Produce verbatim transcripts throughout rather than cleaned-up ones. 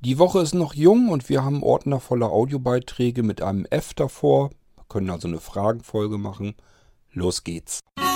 Die Woche ist noch jung und wir haben einen Ordner voller Audiobeiträge mit einem F davor. Wir können also eine Fragenfolge machen. Los geht's.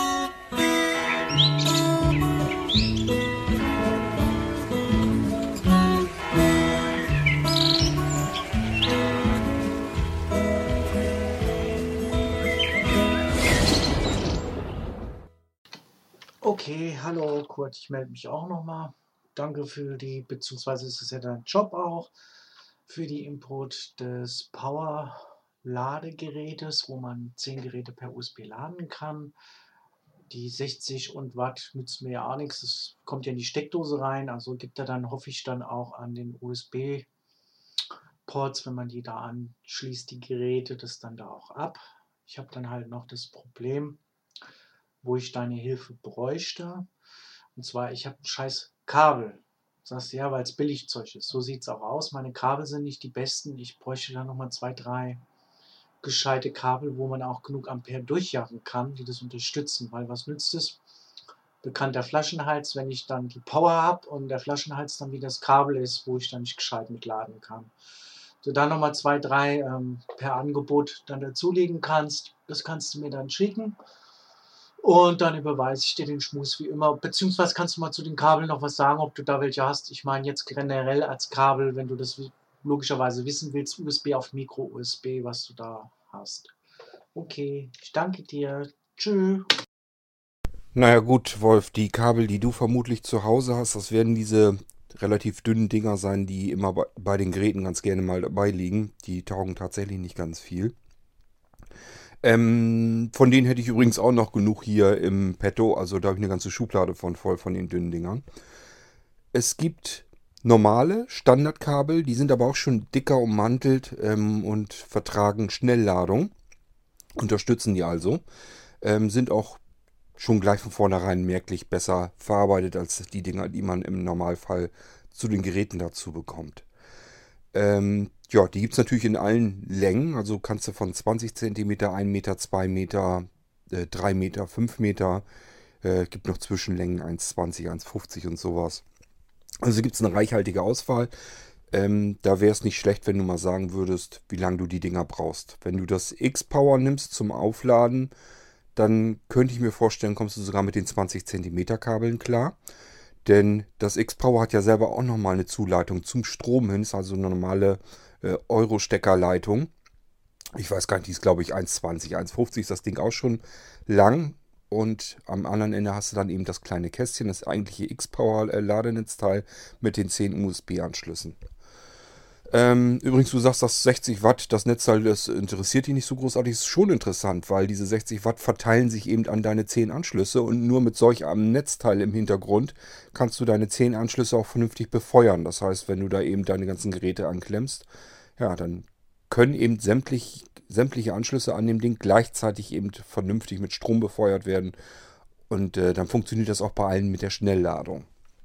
Okay, hallo Kurt, ich melde mich auch nochmal. Danke für die, beziehungsweise ist es ja dein Job auch, für die Input des Power-Ladegerätes, wo man zehn Geräte per U S B laden kann. Die sechzig und Watt nützt mir ja auch nichts, es kommt ja in die Steckdose rein, also gibt er dann, hoffe ich, dann auch an den U S B-Ports, wenn man die da anschließt, die Geräte, das dann da auch ab. Ich habe dann halt noch das Problem, wo ich deine Hilfe bräuchte. Und zwar, ich habe ein scheiß Kabel. Sagst du, ja, weil es Billigzeug ist. So sieht es auch aus. Meine Kabel sind nicht die besten. Ich bräuchte da nochmal zwei, drei gescheite Kabel, wo man auch genug Ampere durchjagen kann, die das unterstützen. Weil was nützt es? Bekannter Flaschenhals, wenn ich dann die Power habe und der Flaschenhals dann wie das Kabel ist, wo ich dann nicht gescheit mitladen kann. Du dann nochmal zwei, drei ähm, per Angebot dann dazulegen kannst. Das kannst du mir dann schicken. Und dann überweise ich dir den Schmus wie immer. Beziehungsweise kannst du mal zu den Kabeln noch was sagen, ob du da welche hast. Ich meine jetzt generell als Kabel, wenn du das logischerweise wissen willst, U S B auf Micro-U S B, was du da hast. Okay, ich danke dir. Tschüss. Naja gut, Wolf, die Kabel, die du vermutlich zu Hause hast, das werden diese relativ dünnen Dinger sein, die immer bei, bei den Geräten ganz gerne mal dabei liegen. Die taugen tatsächlich nicht ganz viel. Ähm, von denen hätte ich übrigens auch noch genug hier im Petto. Also da habe ich eine ganze Schublade von voll von den dünnen Dingern. Es gibt normale Standardkabel, die sind aber auch schon dicker ummantelt ähm, und vertragen Schnellladung. Unterstützen die also. Ähm, sind auch schon gleich von vornherein merklich besser verarbeitet als die Dinger, die man im Normalfall zu den Geräten dazu bekommt. Ähm, ja, die gibt es natürlich in allen Längen. Also kannst du von zwanzig Zentimeter, ein Meter, zwei Meter, äh, drei Meter, fünf Meter. Äh, gibt noch Zwischenlängen eins Komma zwanzig, eins Komma fünfzig und sowas. Also gibt es eine reichhaltige Auswahl. Ähm, da wäre es nicht schlecht, wenn du mal sagen würdest, wie lange du die Dinger brauchst. Wenn du das X-Power nimmst zum Aufladen, dann könnte ich mir vorstellen, kommst du sogar mit den zwanzig Zentimeter Kabeln klar. Denn das X-Power hat ja selber auch nochmal eine Zuleitung zum Strom hin. Das ist also eine normale äh, Euro-Steckerleitung. Ich weiß gar nicht, die ist glaube ich eins Komma zwanzig, eins Komma fünfzig ist das Ding auch schon lang. Und am anderen Ende hast du dann eben das kleine Kästchen, das eigentliche X-Power-Ladenetzteil mit den zehn U S B-Anschlüssen. Ähm, übrigens, du sagst, das sechzig Watt, das Netzteil, das interessiert dich nicht so großartig. Das ist schon interessant, weil diese sechzig Watt verteilen sich eben an deine zehn Anschlüsse und nur mit solch einem Netzteil im Hintergrund kannst du deine zehn Anschlüsse auch vernünftig befeuern. Das heißt, wenn du da eben deine ganzen Geräte anklemmst, ja, dann können eben sämtlich, sämtliche Anschlüsse an dem Ding gleichzeitig eben vernünftig mit Strom befeuert werden und äh, dann funktioniert das auch bei allen mit der Schnellladung.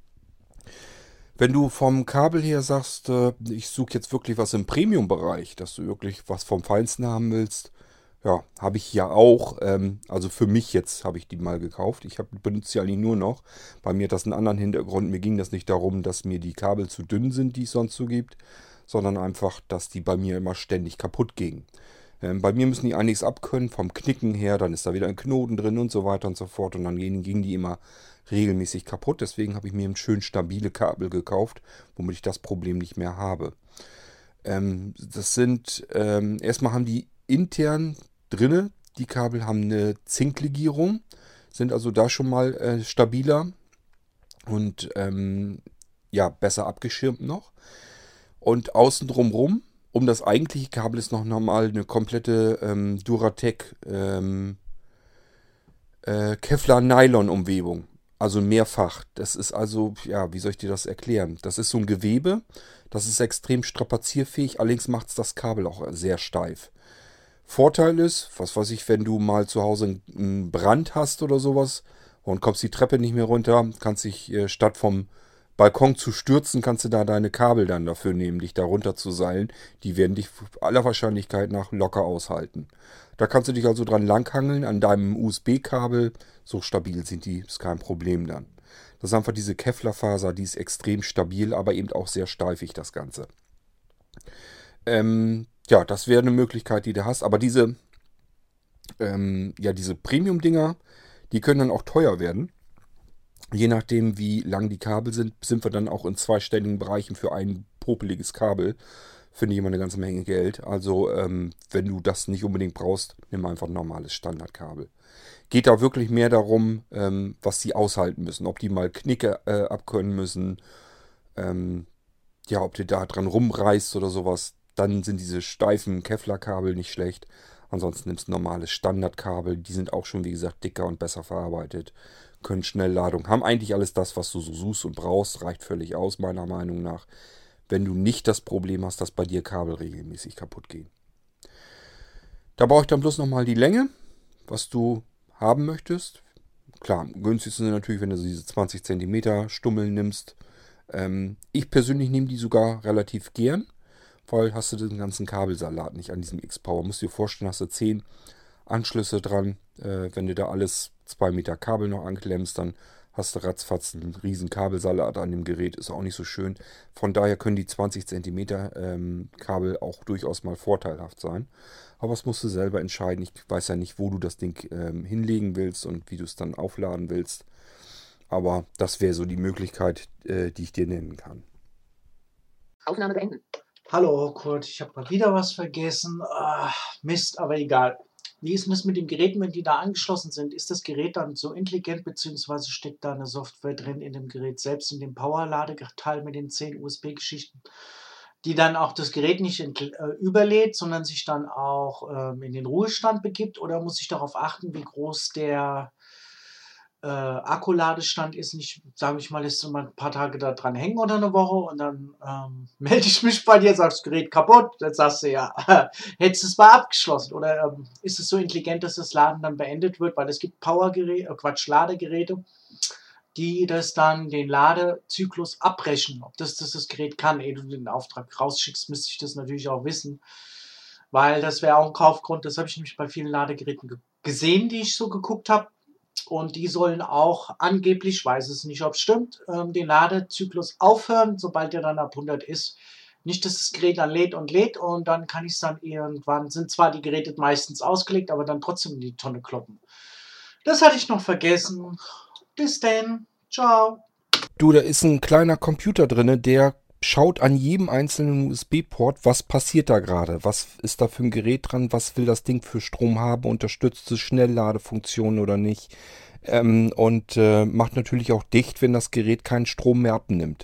Wenn du vom Kabel her sagst, äh, ich suche jetzt wirklich was im Premium-Bereich, dass du wirklich was vom Feinsten haben willst, ja, habe ich ja auch. Ähm, also für mich jetzt habe ich die mal gekauft. Ich hab, benutze sie eigentlich nur noch. Bei mir hat das einen anderen Hintergrund. Mir ging das nicht darum, dass mir die Kabel zu dünn sind, die es sonst so gibt, sondern einfach, dass die bei mir immer ständig kaputt gingen. Ähm, bei mir müssen die einiges abkönnen, vom Knicken her, dann ist da wieder ein Knoten drin und so weiter und so fort. Und dann gingen, gingen die immer regelmäßig kaputt. Deswegen habe ich mir ein schön stabile Kabel gekauft, womit ich das Problem nicht mehr habe. Ähm, das sind, ähm, erstmal haben die intern drinne, die Kabel haben eine Zinklegierung, sind also da schon mal äh, stabiler und ähm, ja, besser abgeschirmt noch. Und außen drumrum, um das eigentliche Kabel ist noch normal eine komplette ähm, Duratec ähm, äh, Kevlar-Nylon-Umwebung. Also mehrfach. Das ist also, ja, wie soll ich dir das erklären? Das ist so ein Gewebe, das ist extrem strapazierfähig, allerdings macht es das Kabel auch sehr steif. Vorteil ist, was weiß ich, wenn du mal zu Hause einen Brand hast oder sowas und kommst die Treppe nicht mehr runter, kannst dich äh, statt vom Balkon zu stürzen, kannst du da deine Kabel dann dafür nehmen, dich da runter zu seilen. Die werden dich aller Wahrscheinlichkeit nach locker aushalten. Da kannst du dich also dran langhangeln an deinem U S B-Kabel. So stabil sind die, ist kein Problem dann. Das ist einfach diese Kevlarfaser, die ist extrem stabil, aber eben auch sehr steifig, das Ganze. Ähm, ja, das wäre eine Möglichkeit, die du hast. Aber diese, ähm, ja, diese Premium-Dinger, die können dann auch teuer werden. Je nachdem, wie lang die Kabel sind, sind wir dann auch in zweistelligen Bereichen für ein popeliges Kabel. Finde ich immer eine ganze Menge Geld. Also, ähm, wenn du das nicht unbedingt brauchst, nimm einfach ein normales Standardkabel. Geht da wirklich mehr darum, ähm, was sie aushalten müssen. Ob die mal Knicke äh, abkönnen müssen, ähm, ja, ob du da dran rumreißt oder sowas. Dann sind diese steifen Kevlar-Kabel nicht schlecht. Ansonsten nimmst du normales Standardkabel. Die sind auch schon, wie gesagt, dicker und besser verarbeitet. Können Schnellladung. Haben eigentlich alles das, was du so suchst und brauchst. Reicht völlig aus, meiner Meinung nach. Wenn du nicht das Problem hast, dass bei dir Kabel regelmäßig kaputt gehen. Da brauche ich dann bloß nochmal die Länge, was du haben möchtest. Klar, am günstigsten sind natürlich, wenn du so diese zwanzig Zentimeter Stummeln nimmst. Ähm, ich persönlich nehme die sogar relativ gern, weil hast du den ganzen Kabelsalat nicht an diesem X-Power. Musst du dir vorstellen, hast du zehn Anschlüsse dran. Äh, wenn du da alles zwei Meter Kabel noch anklemmst, dann hast du ratzfatz einen riesen Kabelsalat an dem Gerät. Ist auch nicht so schön. Von daher können die zwanzig Zentimeter ähm, Kabel auch durchaus mal vorteilhaft sein. Aber das musst du selber entscheiden. Ich weiß ja nicht, wo du das Ding ähm, hinlegen willst und wie du es dann aufladen willst. Aber das wäre so die Möglichkeit, äh, die ich dir nennen kann. Aufnahme beenden. Hallo Kurt, ich habe mal wieder was vergessen. Ah, Mist, aber egal. Wie ist denn das mit den Geräten, wenn die da angeschlossen sind? Ist das Gerät dann so intelligent, beziehungsweise steckt da eine Software drin in dem Gerät selbst, in dem Power-Ladeteil mit den zehn U S B-Geschichten, die dann auch das Gerät nicht entl- äh, überlädt, sondern sich dann auch ähm, in den Ruhestand begibt? Oder muss ich darauf achten, wie groß der äh, Akkuladestand ist? Nicht, sage ich mal, lässt du mal ein paar Tage da dran hängen oder eine Woche und dann ähm, melde ich mich bei dir, sagst Gerät kaputt, dann sagst du ja, hättest du es mal abgeschlossen. Oder ähm, ist es so intelligent, dass das Laden dann beendet wird, weil es gibt Powergeräte, äh, Quatsch, Ladegeräte, die das dann den Ladezyklus abbrechen. Ob das das, das Gerät kann, ehe du den Auftrag rausschickst, müsste ich das natürlich auch wissen. Weil das wäre auch ein Kaufgrund, das habe ich nämlich bei vielen Ladegeräten ge gesehen, die ich so geguckt habe. Und die sollen auch angeblich, ich weiß es nicht, ob es stimmt, ähm, den Ladezyklus aufhören, sobald der dann ab hundert ist. Nicht, dass das Gerät dann lädt und lädt und dann kann ich es dann irgendwann, sind zwar die Geräte meistens ausgelegt, aber dann trotzdem in die Tonne kloppen. Das hatte ich noch vergessen. Bis denn. Ciao. Du, da ist ein kleiner Computer drin, der schaut an jedem einzelnen U S B-Port, was passiert da gerade, was ist da für ein Gerät dran, was will das Ding für Strom haben, unterstützt es Schnellladefunktionen oder nicht, ähm, und äh, macht natürlich auch dicht, wenn das Gerät keinen Strom mehr abnimmt.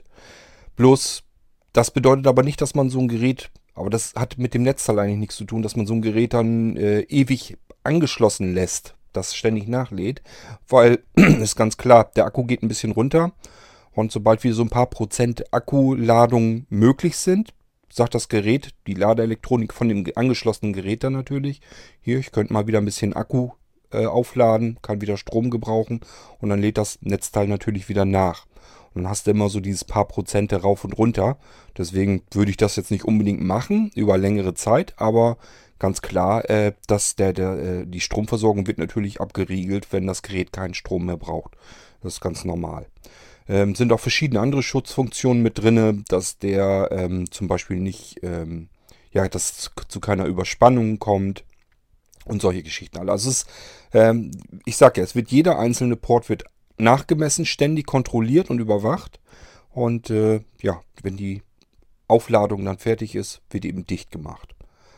Bloß, das bedeutet aber nicht, dass man so ein Gerät, aber das hat mit dem Netzteil eigentlich nichts zu tun, dass man so ein Gerät dann äh, ewig angeschlossen lässt, das ständig nachlädt, weil ist ganz klar, der Akku geht ein bisschen runter. Und sobald wir so ein paar Prozent Akkuladung möglich sind, sagt das Gerät, die Ladeelektronik von dem angeschlossenen Gerät dann natürlich, hier, ich könnte mal wieder ein bisschen Akku äh, aufladen, kann wieder Strom gebrauchen und dann lädt das Netzteil natürlich wieder nach. Und dann hast du immer so dieses paar Prozente rauf und runter. Deswegen würde ich das jetzt nicht unbedingt machen über längere Zeit, aber ganz klar, äh, dass der, der, äh, die Stromversorgung wird natürlich abgeriegelt, wenn das Gerät keinen Strom mehr braucht. Das ist ganz normal. Ähm, sind auch verschiedene andere Schutzfunktionen mit drin, dass der ähm, zum Beispiel nicht, ähm, ja, dass es zu keiner Überspannung kommt und solche Geschichten alle. Also es ist, ähm, ich sage ja, es wird jeder einzelne Port wird nachgemessen, ständig kontrolliert und überwacht. Und äh, ja, wenn die Aufladung dann fertig ist, wird eben dicht gemacht.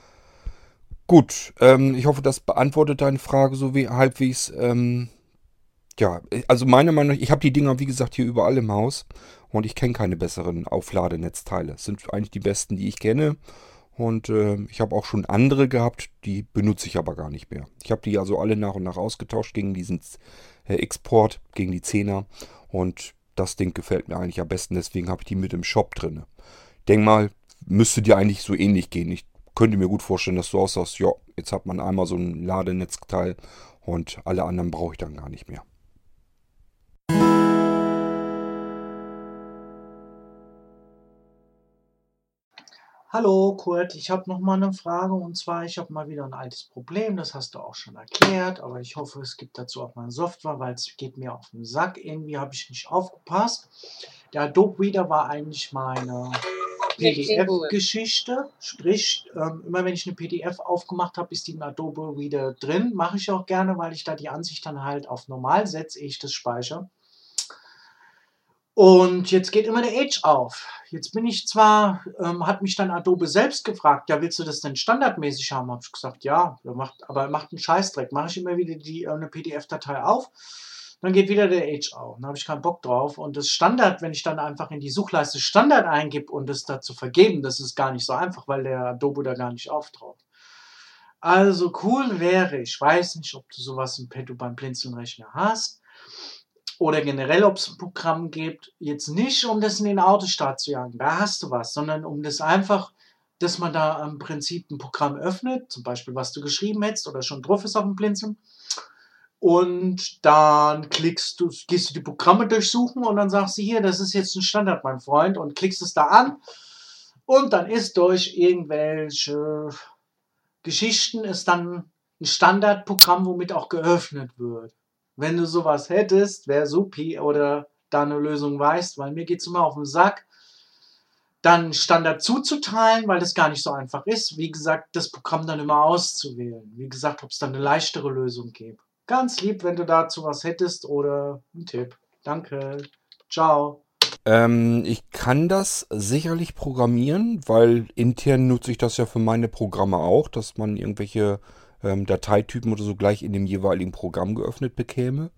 Gut, ähm, ich hoffe, das beantwortet deine Frage so wie halbwegs. Ähm, Ja, also meiner Meinung nach, ich habe die Dinger, wie gesagt, hier überall im Haus und ich kenne keine besseren Aufladenetzteile. Das sind eigentlich die besten, die ich kenne. Und äh, ich habe auch schon andere gehabt, die benutze ich aber gar nicht mehr. Ich habe die also alle nach und nach ausgetauscht gegen diesen äh, Export, gegen die Zehner. Und das Ding gefällt mir eigentlich am besten, deswegen habe ich die mit im Shop drin. Denk mal, müsste dir eigentlich so ähnlich gehen. Ich könnte mir gut vorstellen, dass du aussagst, ja, jetzt hat man einmal so ein Ladenetzteil und alle anderen brauche ich dann gar nicht mehr. Hallo Kurt, ich habe noch mal eine Frage und zwar, ich habe mal wieder ein altes Problem, das hast du auch schon erklärt, aber ich hoffe, es gibt dazu auch mal 'ne Software, weil es geht mir auf den Sack. Irgendwie habe ich nicht aufgepasst. Der Adobe Reader war eigentlich meine P D F-Geschichte, sprich, ähm, immer wenn ich eine P D F aufgemacht habe, ist die im Adobe Reader drin. Mache ich auch gerne, weil ich da die Ansicht dann halt auf normal setze, ehe ich das speichere. Und jetzt geht immer der Edge auf. Jetzt bin ich zwar, ähm, hat mich dann Adobe selbst gefragt, ja, willst du das denn standardmäßig haben? Habe ich gesagt, ja, er macht, aber er macht einen Scheißdreck. Mache ich immer wieder die, äh, eine P D F-Datei auf, dann geht wieder der Edge auf. Dann habe ich keinen Bock drauf. Und das Standard, wenn ich dann einfach in die Suchleiste Standard eingebe und das da zu vergeben, das ist gar nicht so einfach, weil der Adobe da gar nicht auftaucht. Also cool wäre, ich weiß nicht, ob du sowas im Petto beim Blinzeln-Rechner hast oder generell, ob es ein Programm gibt, jetzt nicht, um das in den Autostart zu jagen, da hast du was, sondern um das einfach, dass man da im Prinzip ein Programm öffnet, zum Beispiel, was du geschrieben hättest oder schon drauf ist auf dem Blinzeln, und dann klickst du, gehst du die Programme durchsuchen und dann sagst du hier, das ist jetzt ein Standard, mein Freund, und klickst es da an und dann ist durch irgendwelche Geschichten ist dann ein Standardprogramm, womit auch geöffnet wird. Wenn du sowas hättest, wäre supi, oder da eine Lösung weißt, weil mir geht es immer auf den Sack, dann Standard zuzuteilen, weil das gar nicht so einfach ist. Wie gesagt, das Programm dann immer auszuwählen. Wie gesagt, ob es dann eine leichtere Lösung gibt. Ganz lieb, wenn du dazu was hättest oder einen Tipp. Danke. Ciao. Ähm, ich kann das sicherlich programmieren, weil intern nutze ich das ja für meine Programme auch, dass man irgendwelche ähm, Dateitypen oder so gleich in dem jeweiligen Programm geöffnet bekäme.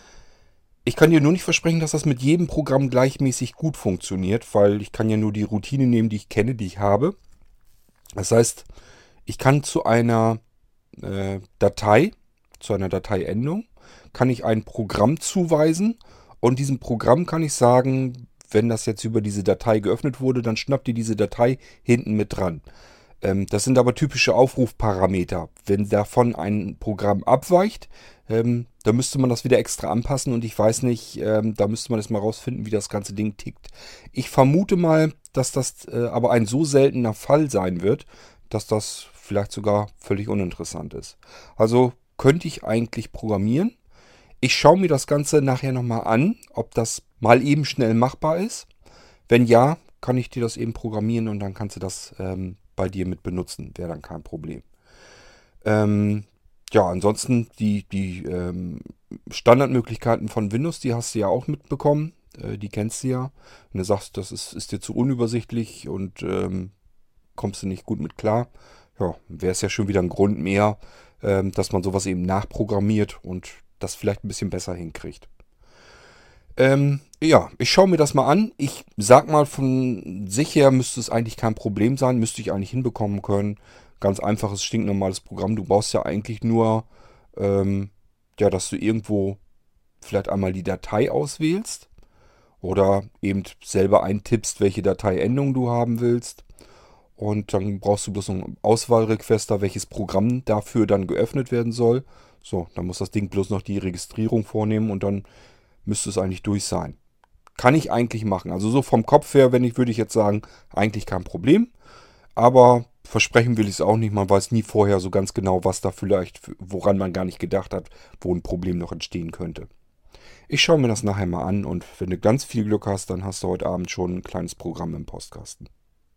Ich kann dir nur nicht versprechen, dass das mit jedem Programm gleichmäßig gut funktioniert, weil ich kann ja nur die Routine nehmen, die ich kenne, die ich habe. Das heißt, ich kann zu einer äh, Datei, zu einer Dateiendung, kann ich ein Programm zuweisen und diesem Programm kann ich sagen, wenn das jetzt über diese Datei geöffnet wurde, dann schnappt ihr diese Datei hinten mit dran. Ähm, das sind aber typische Aufrufparameter. Wenn davon ein Programm abweicht, ähm, da müsste man das wieder extra anpassen und ich weiß nicht, ähm, da müsste man jetzt mal rausfinden, wie das ganze Ding tickt. Ich vermute mal, dass das äh, aber ein so seltener Fall sein wird, dass das vielleicht sogar völlig uninteressant ist. Also könnte ich eigentlich programmieren. Ich schaue mir das Ganze nachher nochmal an, ob das mal eben schnell machbar ist. Wenn ja, kann ich dir das eben programmieren und dann kannst du das ähm, bei dir mit benutzen. Wäre dann kein Problem. Ähm, ja, ansonsten die, die ähm, Standardmöglichkeiten von Windows, die hast du ja auch mitbekommen. Äh, die kennst du ja. Wenn du sagst, das ist, ist dir zu unübersichtlich und ähm, kommst du nicht gut mit klar, ja, wäre es ja schon wieder ein Grund mehr, ähm, dass man sowas eben nachprogrammiert und das vielleicht ein bisschen besser hinkriegt. Ähm, ja, ich schaue mir das mal an. Ich sag mal, von sich her müsste es eigentlich kein Problem sein. Müsste ich eigentlich hinbekommen können. Ganz einfaches, stinknormales Programm. Du brauchst ja eigentlich nur, ähm, ja, dass du irgendwo vielleicht einmal die Datei auswählst. Oder eben selber eintippst, welche Dateiendung du haben willst. Und dann brauchst du bloß einen Auswahlrequester, welches Programm dafür dann geöffnet werden soll. So, dann muss das Ding bloß noch die Registrierung vornehmen und dann müsste es eigentlich durch sein. Kann ich eigentlich machen. Also so vom Kopf her, wenn ich, würde ich jetzt sagen, eigentlich kein Problem. Aber versprechen will ich es auch nicht. Man weiß nie vorher so ganz genau, was da vielleicht, woran man gar nicht gedacht hat, wo ein Problem noch entstehen könnte. Ich schaue mir das nachher mal an und wenn du ganz viel Glück hast, dann hast du heute Abend schon ein kleines Programm im Postkasten.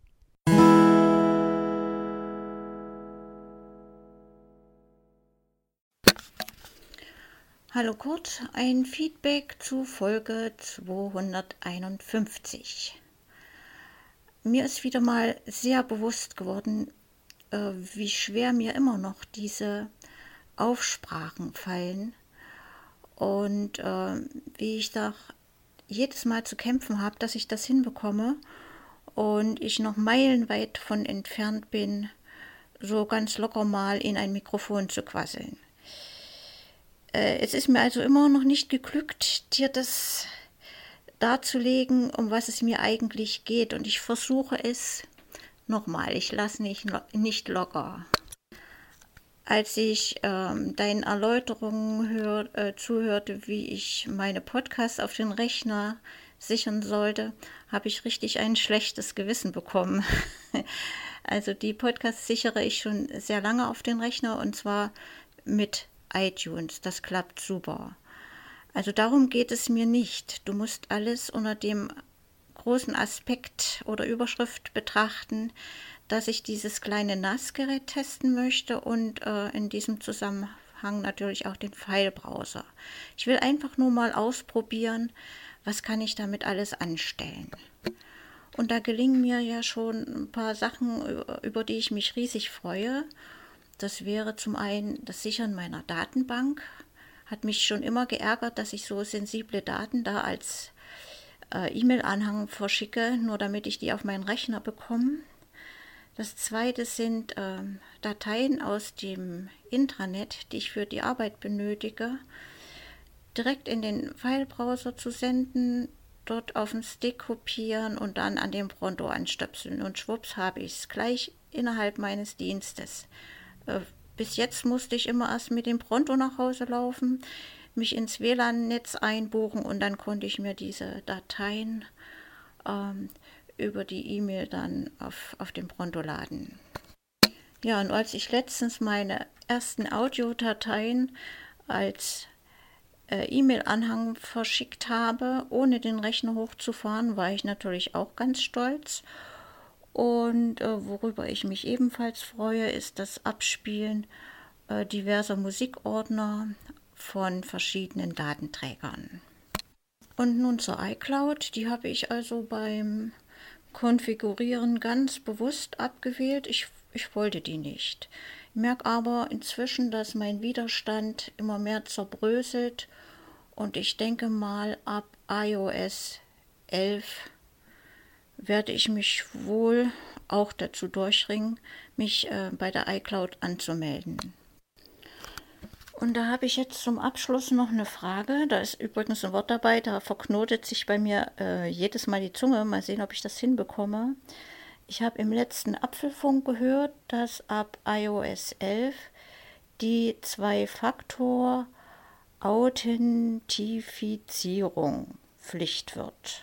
Hallo Kurt, ein Feedback zu Folge zweihunderteinundfünfzig. Mir ist wieder mal sehr bewusst geworden, äh, wie schwer mir immer noch diese Aufsprachen fallen und äh, wie ich da jedes Mal zu kämpfen habe, dass ich das hinbekomme und ich noch meilenweit von entfernt bin, so ganz locker mal in ein Mikrofon zu quasseln. Es ist mir also immer noch nicht geglückt, dir das darzulegen, um was es mir eigentlich geht. Und ich versuche es nochmal. Ich lasse nicht, nicht locker. Als ich ähm, deinen Erläuterungen hör, äh, zuhörte, wie ich meine Podcasts auf den Rechner sichern sollte, habe ich richtig ein schlechtes Gewissen bekommen. Also die Podcasts sichere ich schon sehr lange auf den Rechner und zwar mit iTunes. Das klappt super. Also darum geht es mir nicht. Du musst alles unter dem großen Aspekt oder Überschrift betrachten, dass ich dieses kleine N A S-Gerät testen möchte und äh, in diesem Zusammenhang natürlich auch den File-Browser. Ich will einfach nur mal ausprobieren, was kann ich damit alles anstellen. Und da gelingen mir ja schon ein paar Sachen, über die ich mich riesig freue. Das wäre zum einen das Sichern meiner Datenbank. Hat mich schon immer geärgert, dass ich so sensible Daten da als äh, E-Mail-Anhang verschicke, nur damit ich die auf meinen Rechner bekomme. Das zweite sind äh, Dateien aus dem Intranet, die ich für die Arbeit benötige, direkt in den File-Browser zu senden, dort auf den Stick kopieren und dann an den Pronto anstöpseln. Und schwupps habe ich es gleich innerhalb meines Dienstes. Äh, bis jetzt musste ich immer erst mit dem Pronto nach Hause laufen, mich ins W L A N-Netz einbuchen und dann konnte ich mir diese Dateien ähm, über die E-Mail dann auf, auf dem Pronto laden. Ja, und als ich letztens meine ersten Audiodateien als äh, E-Mail-Anhang verschickt habe, ohne den Rechner hochzufahren, war ich natürlich auch ganz stolz. Und äh, worüber ich mich ebenfalls freue, ist das Abspielen äh, diverser Musikordner von verschiedenen Datenträgern. Und nun zur iCloud, die habe ich also beim Konfigurieren ganz bewusst abgewählt. Ich, ich wollte die nicht. Ich merke aber inzwischen, dass mein Widerstand immer mehr zerbröselt und ich denke mal, ab iOS elf werde ich mich wohl auch dazu durchringen, mich äh, bei der iCloud anzumelden. Und da habe ich jetzt zum Abschluss noch eine Frage. Da ist übrigens ein Wort dabei, da verknotet sich bei mir äh, jedes Mal die Zunge. Mal sehen, ob ich das hinbekomme. Ich habe im letzten Apfelfunk gehört, dass ab iOS elf die Zwei-Faktor-Authentifizierung Pflicht wird.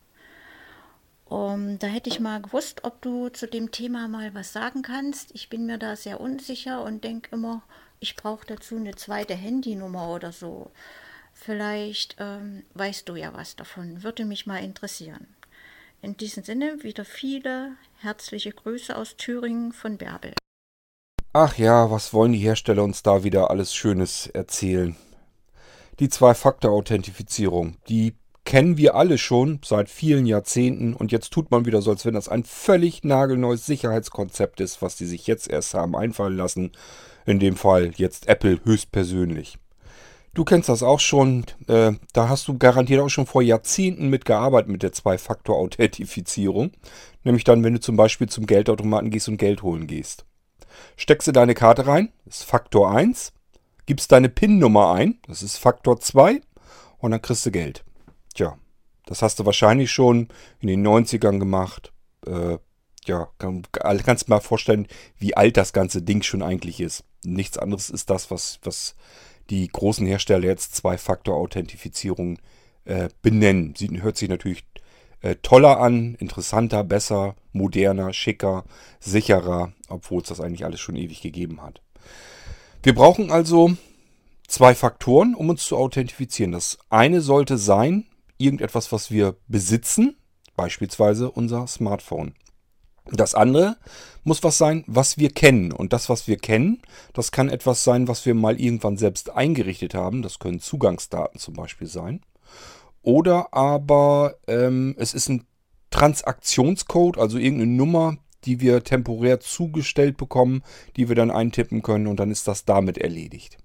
Um, da hätte ich mal gewusst, ob du zu dem Thema mal was sagen kannst. Ich bin mir da sehr unsicher und denke immer, ich brauche dazu eine zweite Handynummer oder so. Vielleicht ähm, weißt du ja was davon. Würde mich mal interessieren. In diesem Sinne wieder viele herzliche Grüße aus Thüringen von Bärbel. Ach ja, was wollen die Hersteller uns da wieder alles Schönes erzählen? Die Zwei-Faktor-Authentifizierung, die kennen wir alle schon seit vielen Jahrzehnten und jetzt tut man wieder so, als wenn das ein völlig nagelneues Sicherheitskonzept ist, was die sich jetzt erst haben einfallen lassen. In dem Fall jetzt Apple höchstpersönlich. Du kennst das auch schon, äh, da hast du garantiert auch schon vor Jahrzehnten mitgearbeitet mit der Zwei-Faktor-Authentifizierung. Nämlich dann, wenn du zum Beispiel zum Geldautomaten gehst und Geld holen gehst. Steckst du deine Karte rein, das ist Faktor eins, gibst deine PIN-Nummer ein, das ist Faktor zwei und dann kriegst du Geld. Tja, das hast du wahrscheinlich schon in den neunzigern gemacht. Äh, ja, kann, kannst du mal vorstellen, wie alt das ganze Ding schon eigentlich ist. Nichts anderes ist das, was, was die großen Hersteller jetzt Zwei-Faktor-Authentifizierung äh, benennen. Sie hört sich natürlich äh, toller an, interessanter, besser, moderner, schicker, sicherer, obwohl es das eigentlich alles schon ewig gegeben hat. Wir brauchen also zwei Faktoren, um uns zu authentifizieren. Das eine sollte sein, irgendetwas, was wir besitzen, beispielsweise unser Smartphone. Das andere muss was sein, was wir kennen. Und das, was wir kennen, das kann etwas sein, was wir mal irgendwann selbst eingerichtet haben. Das können Zugangsdaten zum Beispiel sein. Oder aber ähm, es ist ein Transaktionscode, also irgendeine Nummer, die wir temporär zugestellt bekommen, die wir dann eintippen können und dann ist das damit erledigt.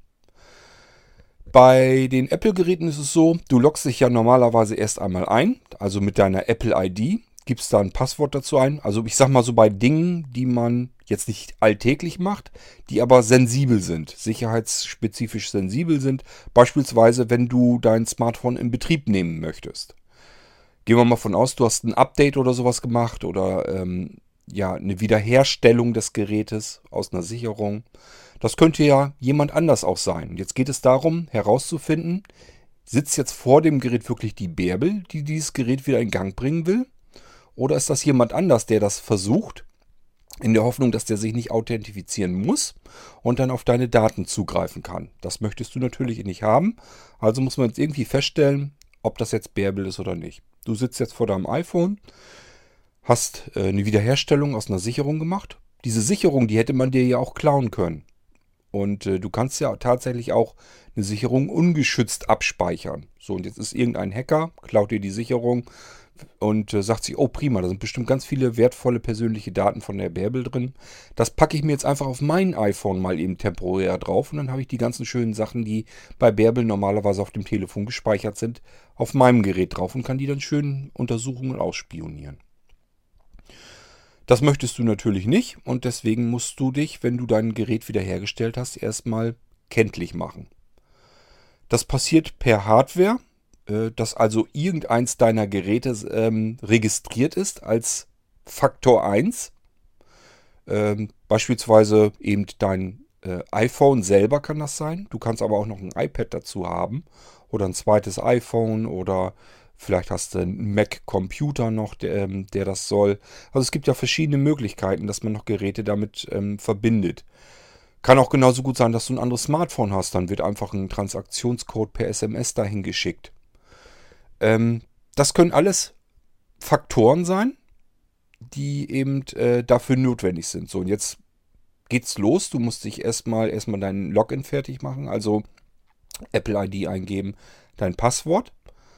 Bei den Apple-Geräten ist es so, du loggst dich ja normalerweise erst einmal ein, also mit deiner Apple I D. Gibst da ein Passwort dazu ein. Also ich sag mal so bei Dingen, die man jetzt nicht alltäglich macht, die aber sensibel sind, sicherheitsspezifisch sensibel sind. Beispielsweise, wenn du dein Smartphone in Betrieb nehmen möchtest. Gehen wir mal von aus, du hast ein Update oder sowas gemacht oder ähm, ja eine Wiederherstellung des Gerätes aus einer Sicherung. Das könnte ja jemand anders auch sein. Jetzt geht es darum, herauszufinden, sitzt jetzt vor dem Gerät wirklich die Bärbel, die dieses Gerät wieder in Gang bringen will? Oder ist das jemand anders, der das versucht, in der Hoffnung, dass der sich nicht authentifizieren muss und dann auf deine Daten zugreifen kann. Das möchtest du natürlich nicht haben. Also muss man jetzt irgendwie feststellen, ob das jetzt Bärbel ist oder nicht. Du sitzt jetzt vor deinem iPhone, hast äh, eine Wiederherstellung aus einer Sicherung gemacht. Diese Sicherung, die hätte man dir ja auch klauen können. Und äh, du kannst ja tatsächlich auch eine Sicherung ungeschützt abspeichern. So, und jetzt ist irgendein Hacker, klaut dir die Sicherung und äh, sagt sich, oh prima, da sind bestimmt ganz viele wertvolle persönliche Daten von der Bärbel drin. Das packe ich mir jetzt einfach auf mein iPhone mal eben temporär drauf und dann habe ich die ganzen schönen Sachen, die bei Bärbel normalerweise auf dem Telefon gespeichert sind, auf meinem Gerät drauf und kann die dann schön untersuchen und ausspionieren. Das möchtest du natürlich nicht und deswegen musst du dich, wenn du dein Gerät wiederhergestellt hast, erstmal kenntlich machen. Das passiert per Hardware, äh, dass also irgendeins deiner Geräte ähm, registriert ist als Faktor eins. Ähm, beispielsweise eben dein äh, iPhone selber kann das sein. Du kannst aber auch noch ein iPad dazu haben oder ein zweites iPhone oder vielleicht hast du einen Mac-Computer noch, der, ähm, der das soll. Also es gibt ja verschiedene Möglichkeiten, dass man noch Geräte damit ähm, verbindet. Kann auch genauso gut sein, dass du ein anderes Smartphone hast. Dann wird einfach ein Transaktionscode per S M S dahin geschickt. Ähm, das können alles Faktoren sein, die eben äh, dafür notwendig sind. So, und jetzt geht's los. Du musst dich erstmal erstmal deinen Login fertig machen, also Apple I D eingeben, dein Passwort.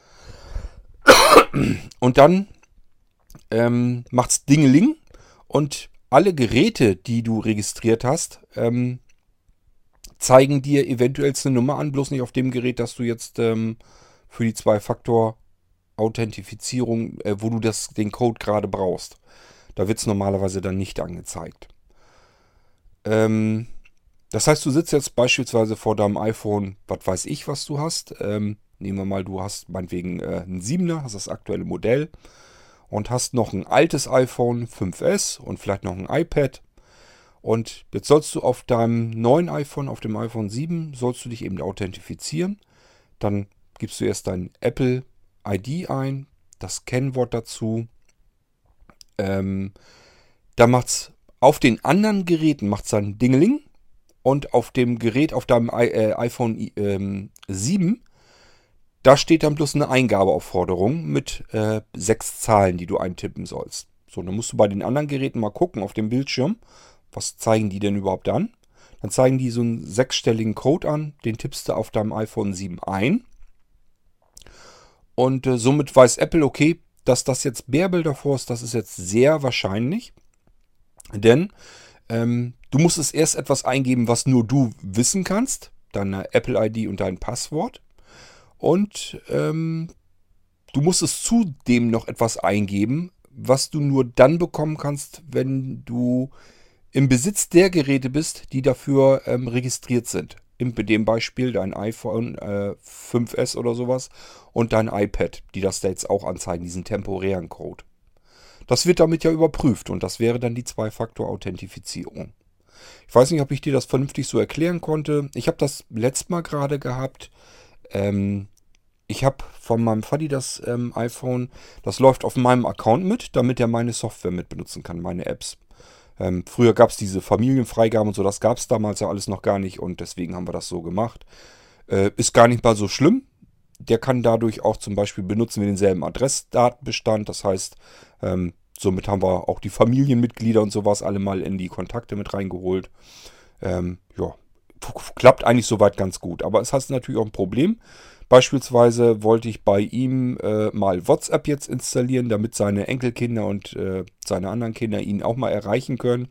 Und dann ähm, macht's Dingeling und alle Geräte, die du registriert hast, ähm, zeigen dir eventuell eine Nummer an, bloß nicht auf dem Gerät, das du jetzt ähm, für die Zwei-Faktor-Authentifizierung, äh, wo du das, den Code gerade brauchst. Da wird es normalerweise dann nicht angezeigt. Ähm, das heißt, du sitzt jetzt beispielsweise vor deinem iPhone, was weiß ich, was du hast. Ähm, nehmen wir mal, du hast meinetwegen äh, einen siebener, hast das aktuelle Modell. Und hast noch ein altes iPhone fünf S und vielleicht noch ein iPad. Und jetzt sollst du auf deinem neuen iPhone, auf dem iPhone sieben, sollst du dich eben authentifizieren. Dann gibst du erst dein Apple I D ein, das Kennwort dazu. Ähm, da macht's auf den anderen Geräten macht's dann Dingeling. Und auf dem Gerät, auf deinem I, äh, iPhone ähm, sieben, da steht dann bloß eine Eingabeaufforderung mit äh, sechs Zahlen, die du eintippen sollst. So, dann musst du bei den anderen Geräten mal gucken auf dem Bildschirm, was zeigen die denn überhaupt an. Dann zeigen die so einen sechsstelligen Code an, den tippst du auf deinem iPhone sieben ein. Und äh, somit weiß Apple, okay, dass das jetzt Bärbel davor ist, das ist jetzt sehr wahrscheinlich. Denn ähm, du musst es erst etwas eingeben, was nur du wissen kannst, deine Apple I D und dein Passwort. Und ähm, du musst es zudem noch etwas eingeben, was du nur dann bekommen kannst, wenn du im Besitz der Geräte bist, die dafür ähm, registriert sind. In dem Beispiel dein iPhone äh, fünf S oder sowas und dein iPad, die das da jetzt auch anzeigen, diesen temporären Code. Das wird damit ja überprüft und das wäre dann die Zwei-Faktor-Authentifizierung. Ich weiß nicht, ob ich dir das vernünftig so erklären konnte. Ich habe das letztes Mal gerade gehabt. Ähm, ich habe von meinem Vati das ähm, iPhone, das läuft auf meinem Account mit, damit er meine Software mit benutzen kann, meine Apps. Ähm, früher gab es diese Familienfreigaben und so, das gab es damals ja alles noch gar nicht und deswegen haben wir das so gemacht. Äh, ist gar nicht mal so schlimm. Der kann dadurch auch zum Beispiel, benutzen wir denselben Adressdatenbestand, das heißt, ähm, somit haben wir auch die Familienmitglieder und sowas alle mal in die Kontakte mit reingeholt. Ähm, ja, klappt eigentlich soweit ganz gut, aber es hat natürlich auch ein Problem. Beispielsweise wollte ich bei ihm äh, mal WhatsApp jetzt installieren, damit seine Enkelkinder und äh, seine anderen Kinder ihn auch mal erreichen können.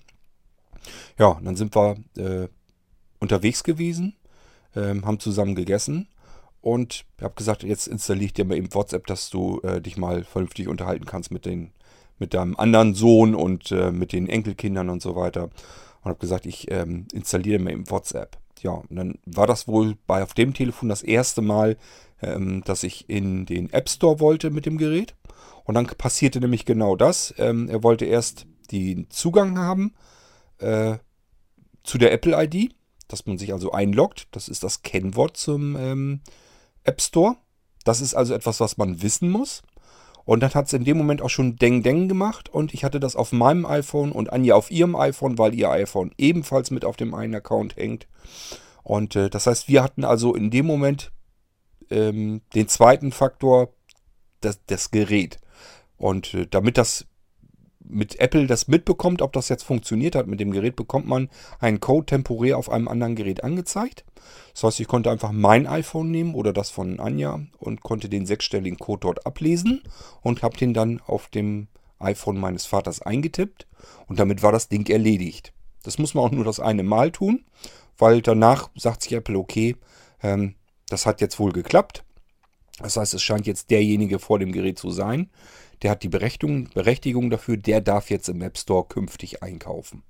Ja, und dann sind wir äh, unterwegs gewesen, äh, haben zusammen gegessen und ich habe gesagt, jetzt installiere ich dir mal eben WhatsApp, dass du äh, dich mal vernünftig unterhalten kannst mit, den, mit deinem anderen Sohn und äh, mit den Enkelkindern und so weiter. Und habe gesagt, ich ähm, installiere mal eben WhatsApp. Ja, und dann war das wohl bei auf dem Telefon das erste Mal, ähm, dass ich in den App Store wollte mit dem Gerät. Und dann passierte nämlich genau das. Ähm, er wollte erst den Zugang haben äh, zu der Apple I D, dass man sich also einloggt. Das ist das Kennwort zum ähm, App Store. Das ist also etwas, was man wissen muss. Und dann hat es in dem Moment auch schon Deng Deng gemacht und ich hatte das auf meinem iPhone und Anja auf ihrem iPhone, weil ihr iPhone ebenfalls mit auf dem einen Account hängt. Und äh, das heißt, wir hatten also in dem Moment ähm, den zweiten Faktor, das, das Gerät. Und äh, damit das mit Apple das mitbekommt, ob das jetzt funktioniert hat mit dem Gerät, bekommt man einen Code temporär auf einem anderen Gerät angezeigt. Das heißt, ich konnte einfach mein iPhone nehmen oder das von Anja und konnte den sechsstelligen Code dort ablesen und habe den dann auf dem iPhone meines Vaters eingetippt und damit war das Ding erledigt. Das muss man auch nur das eine Mal tun, weil danach sagt sich Apple, okay, ähm, das hat jetzt wohl geklappt. Das heißt, es scheint jetzt derjenige vor dem Gerät zu sein. Der hat die Berechtigung, Berechtigung dafür, der darf jetzt im App Store künftig einkaufen.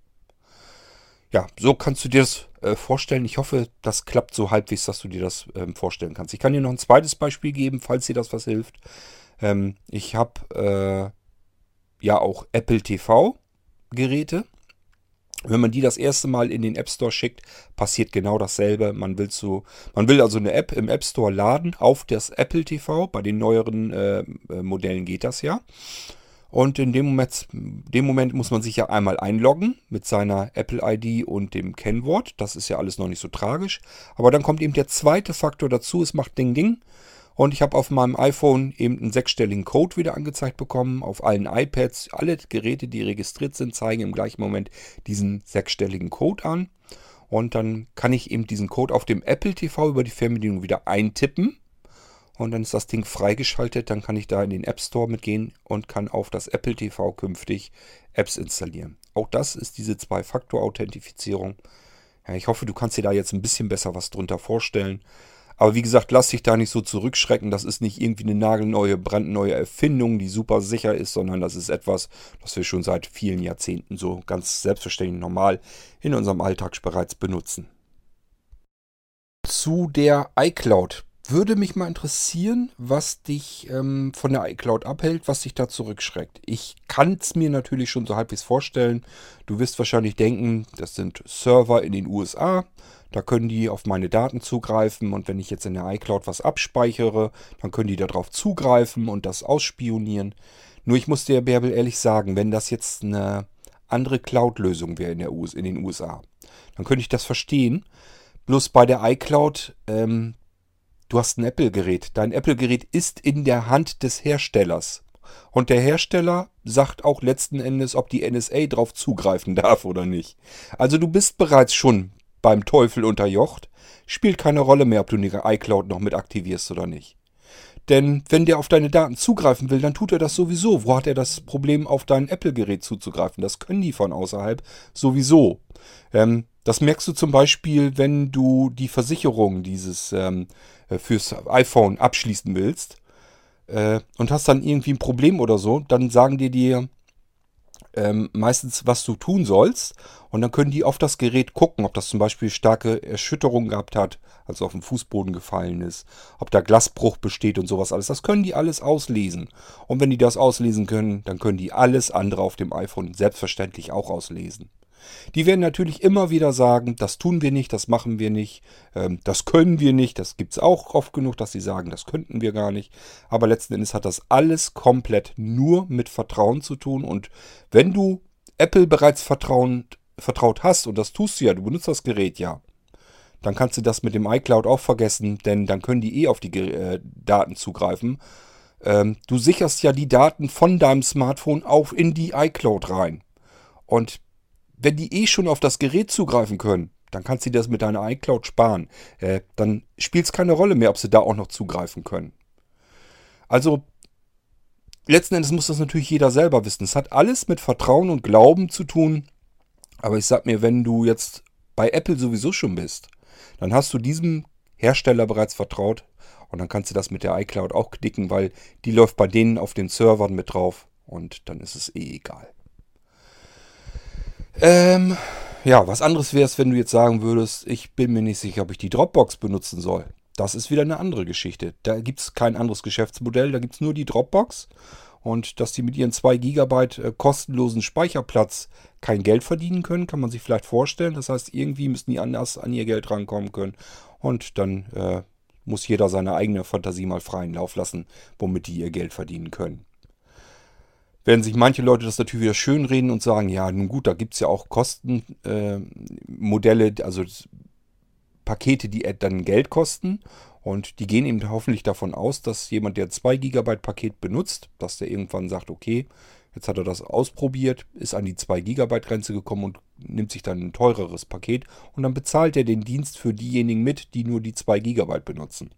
Ja, so kannst du dir das äh, vorstellen. Ich hoffe, das klappt so halbwegs, dass du dir das ähm, vorstellen kannst. Ich kann dir noch ein zweites Beispiel geben, falls dir das was hilft. Ähm, ich habe äh, ja auch Apple T V-Geräte. Wenn man die das erste Mal in den App Store schickt, passiert genau dasselbe. Man will, zu, man will also eine App im App Store laden auf das Apple T V. Bei den neueren äh, Modellen geht das ja. Und in dem Moment, dem Moment muss man sich ja einmal einloggen mit seiner Apple I D und dem Kennwort. Das ist ja alles noch nicht so tragisch. Aber dann kommt eben der zweite Faktor dazu. Es macht Ding Ding. Und ich habe auf meinem iPhone eben einen sechsstelligen Code wieder angezeigt bekommen. Auf allen iPads, alle Geräte, die registriert sind, zeigen im gleichen Moment diesen sechsstelligen Code an. Und dann kann ich eben diesen Code auf dem Apple T V über die Fernbedienung wieder eintippen. Und dann ist das Ding freigeschaltet. Dann kann ich da in den App Store mitgehen und kann auf das Apple T V künftig Apps installieren. Auch das ist diese Zwei-Faktor-Authentifizierung. Ja, ich hoffe, du kannst dir da jetzt ein bisschen besser was drunter vorstellen. Aber wie gesagt, lass dich da nicht so zurückschrecken. Das ist nicht irgendwie eine nagelneue, brandneue Erfindung, die super sicher ist, sondern das ist etwas, das wir schon seit vielen Jahrzehnten so ganz selbstverständlich normal in unserem Alltag bereits benutzen. Zu der iCloud. Würde mich mal interessieren, was dich ähm, von der iCloud abhält, was dich da zurückschreckt. Ich kann es mir natürlich schon so halbwegs vorstellen. Du wirst wahrscheinlich denken, das sind Server in den U S A. Da können die auf meine Daten zugreifen und wenn ich jetzt in der iCloud was abspeichere, dann können die darauf zugreifen und das ausspionieren. Nur ich muss dir, Bärbel, ehrlich sagen, wenn das jetzt eine andere Cloud-Lösung wäre in, der U S, in den U S A, dann könnte ich das verstehen. Bloß bei der iCloud, ähm, du hast ein Apple-Gerät. Dein Apple-Gerät ist in der Hand des Herstellers. Und der Hersteller sagt auch letzten Endes, ob die N S A drauf zugreifen darf oder nicht. Also du bist bereits schon beim Teufel unterjocht. Spielt keine Rolle mehr, ob du eine iCloud noch mit aktivierst oder nicht. Denn wenn der auf deine Daten zugreifen will, dann tut er das sowieso. Wo hat er das Problem, auf dein Apple-Gerät zuzugreifen? Das können die von außerhalb sowieso. Ähm, das merkst du zum Beispiel, wenn du die Versicherung dieses ähm, fürs iPhone abschließen willst äh, und hast dann irgendwie ein Problem oder so, dann sagen die dir ähm, meistens, was du tun sollst. Und dann können die auf das Gerät gucken, ob das zum Beispiel starke Erschütterung gehabt hat, also auf den Fußboden gefallen ist, ob da Glasbruch besteht und sowas alles. Das können die alles auslesen. Und wenn die das auslesen können, dann können die alles andere auf dem iPhone selbstverständlich auch auslesen. Die werden natürlich immer wieder sagen, das tun wir nicht, das machen wir nicht, ähm, das können wir nicht. Das gibt es auch oft genug, dass sie sagen, das könnten wir gar nicht. Aber letzten Endes hat das alles komplett nur mit Vertrauen zu tun. Und wenn du Apple bereits vertrauend, vertraut hast, und das tust du ja, du benutzt das Gerät ja, dann kannst du das mit dem iCloud auch vergessen, denn dann können die eh auf die äh, Daten zugreifen. Ähm, du sicherst ja die Daten von deinem Smartphone auch in die iCloud rein. Und wenn die eh schon auf das Gerät zugreifen können, dann kannst du das mit deiner iCloud sparen. Äh, dann spielt es keine Rolle mehr, ob sie da auch noch zugreifen können. Also, letzten Endes muss das natürlich jeder selber wissen. Es hat alles mit Vertrauen und Glauben zu tun. Aber ich sag mir, wenn du jetzt bei Apple sowieso schon bist, dann hast du diesem Hersteller bereits vertraut. Und dann kannst du das mit der iCloud auch knicken, weil die läuft bei denen auf den Servern mit drauf. Und dann ist es eh egal. Ähm, ja, was anderes wäre es, wenn du jetzt sagen würdest, ich bin mir nicht sicher, ob ich die Dropbox benutzen soll. Das ist wieder eine andere Geschichte. Da gibt es kein anderes Geschäftsmodell, da gibt es nur die Dropbox. Und dass die mit ihren zwei Gigabyte äh, kostenlosen Speicherplatz kein Geld verdienen können, kann man sich vielleicht vorstellen. Das heißt, irgendwie müssen die anders an ihr Geld rankommen können. Und dann äh, muss jeder seine eigene Fantasie mal freien Lauf lassen, womit die ihr Geld verdienen können. werden sich manche Leute das natürlich wieder schönreden und sagen, ja, nun gut, da gibt es ja auch Kostenmodelle, äh, Modelle, also Pakete, die dann Geld kosten. Und die gehen eben hoffentlich davon aus, dass jemand, der zwei Gigabyte Paket benutzt, dass der irgendwann sagt, okay, jetzt hat er das ausprobiert, ist an die zwei Gigabyte Grenze gekommen und nimmt sich dann ein teureres Paket. Und dann bezahlt er den Dienst für diejenigen mit, die nur die zwei Gigabyte benutzen.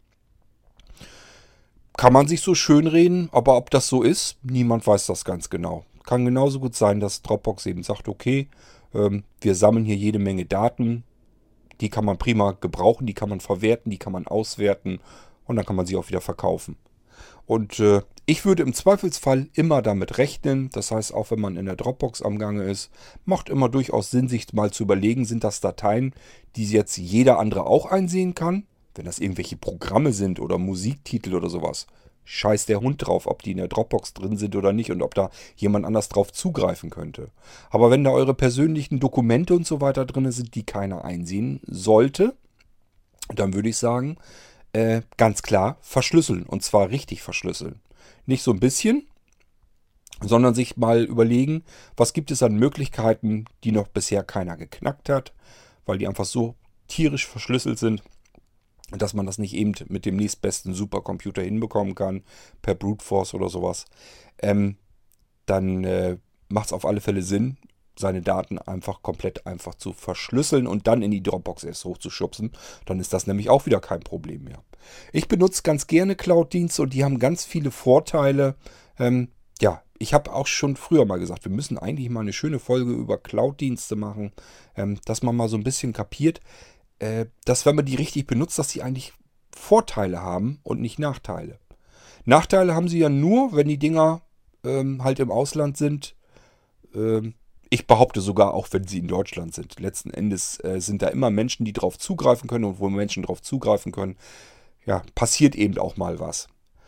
Kann man sich so schönreden, aber ob das so ist, niemand weiß das ganz genau. Kann genauso gut sein, dass Dropbox eben sagt, okay, ähm, wir sammeln hier jede Menge Daten, die kann man prima gebrauchen, die kann man verwerten, die kann man auswerten und dann kann man sie auch wieder verkaufen. Und äh, ich würde im Zweifelsfall immer damit rechnen, das heißt, auch wenn man in der Dropbox am Gange ist, macht immer durchaus Sinn, sich mal zu überlegen, sind das Dateien, die jetzt jeder andere auch einsehen kann? Wenn das irgendwelche Programme sind oder Musiktitel oder sowas, scheiß der Hund drauf, ob die in der Dropbox drin sind oder nicht und ob da jemand anders drauf zugreifen könnte. Aber wenn da eure persönlichen Dokumente und so weiter drin sind, die keiner einsehen sollte, dann würde ich sagen, äh, ganz klar verschlüsseln. Und zwar richtig verschlüsseln. Nicht so ein bisschen, sondern sich mal überlegen, was gibt es an Möglichkeiten, die noch bisher keiner geknackt hat, weil die einfach so tierisch verschlüsselt sind, dass man das nicht eben mit dem nächstbesten Supercomputer hinbekommen kann, per Brute Force oder sowas, ähm, dann äh, macht es auf alle Fälle Sinn, seine Daten einfach komplett einfach zu verschlüsseln und dann in die Dropbox erst hochzuschubsen. Dann ist das nämlich auch wieder kein Problem mehr. Ich benutze ganz gerne Cloud-Dienste und die haben ganz viele Vorteile. Ähm, ja, ich habe auch schon früher mal gesagt, wir müssen eigentlich mal eine schöne Folge über Cloud-Dienste machen, ähm, dass man mal so ein bisschen kapiert, dass wenn man die richtig benutzt, dass sie eigentlich Vorteile haben und nicht Nachteile. Nachteile haben sie ja nur, wenn die Dinger ähm, halt im Ausland sind. Ähm, ich behaupte sogar auch, wenn sie in Deutschland sind. Letzten Endes äh, sind da immer Menschen, die drauf zugreifen können und wo Menschen drauf zugreifen können, ja, passiert eben auch mal was.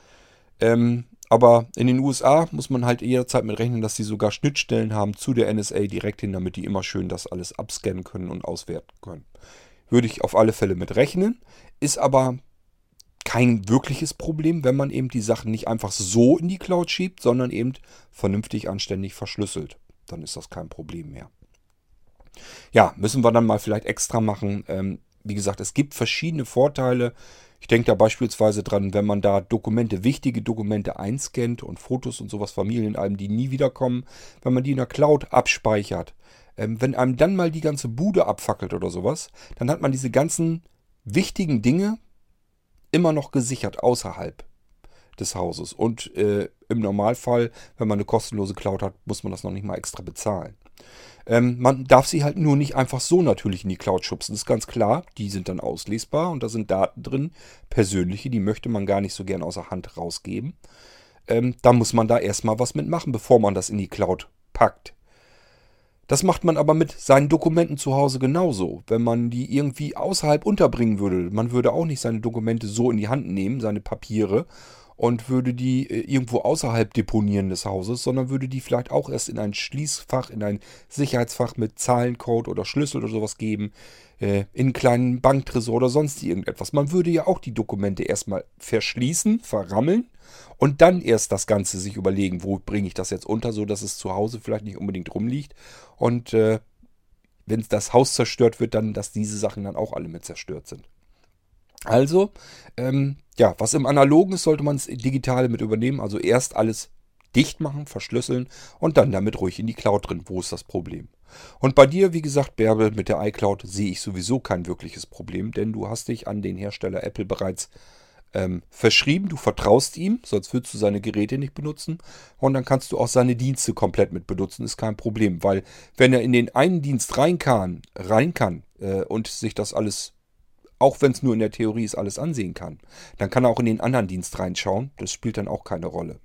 Ähm, aber in den U S A muss man halt jederzeit mit rechnen, dass sie sogar Schnittstellen haben zu der N S A direkt hin, damit die immer schön das alles abscannen können und auswerten können. Würde ich auf alle Fälle mit rechnen. Ist aber kein wirkliches Problem, wenn man eben die Sachen nicht einfach so in die Cloud schiebt, sondern eben vernünftig, anständig verschlüsselt. Dann ist das kein Problem mehr. Ja, müssen wir dann mal vielleicht extra machen. Ähm, wie gesagt, es gibt verschiedene Vorteile. Ich denke da beispielsweise dran, wenn man da Dokumente, wichtige Dokumente einscannt und Fotos und sowas, Familienalben, die nie wiederkommen, wenn man die in der Cloud abspeichert. Ähm, wenn einem dann mal die ganze Bude abfackelt oder sowas, dann hat man diese ganzen wichtigen Dinge immer noch gesichert außerhalb des Hauses. Und äh, im Normalfall, wenn man eine kostenlose Cloud hat, muss man das noch nicht mal extra bezahlen. Ähm, man darf sie halt nur nicht einfach so natürlich in die Cloud schubsen. Das ist ganz klar, die sind dann auslesbar und da sind Daten drin, persönliche, die möchte man gar nicht so gern außer Hand rausgeben. Ähm, da muss man da erstmal was mitmachen, bevor man das in die Cloud packt. Das macht man aber mit seinen Dokumenten zu Hause genauso. Wenn man die irgendwie außerhalb unterbringen würde, man würde auch nicht seine Dokumente so in die Hand nehmen, seine Papiere, und würde die irgendwo außerhalb deponieren des Hauses, sondern würde die vielleicht auch erst in ein Schließfach, in ein Sicherheitsfach mit Zahlencode oder Schlüssel oder sowas geben, in einen kleinen Banktresor oder sonst irgendetwas. Man würde ja auch die Dokumente erstmal verschließen, verrammeln und dann erst das Ganze sich überlegen, wo bringe ich das jetzt unter, so dass es zu Hause vielleicht nicht unbedingt rumliegt. Und äh, wenn das Haus zerstört wird, dann, dass diese Sachen dann auch alle mit zerstört sind. Also, ähm, ja, was im Analogen ist, sollte man es Digitale mit übernehmen. Also erst alles dicht machen, verschlüsseln und dann damit ruhig in die Cloud drin. Wo ist das Problem? Und bei dir, wie gesagt, Bärbel, mit der iCloud sehe ich sowieso kein wirkliches Problem, denn du hast dich an den Hersteller Apple bereits ähm, verschrieben. Du vertraust ihm, sonst würdest du seine Geräte nicht benutzen. Und dann kannst du auch seine Dienste komplett mit benutzen, ist kein Problem. Weil wenn er in den einen Dienst rein kann, rein kann äh, und sich das alles, auch wenn es nur in der Theorie ist, alles ansehen kann, dann kann er auch in den anderen Dienst reinschauen. Das spielt dann auch keine Rolle.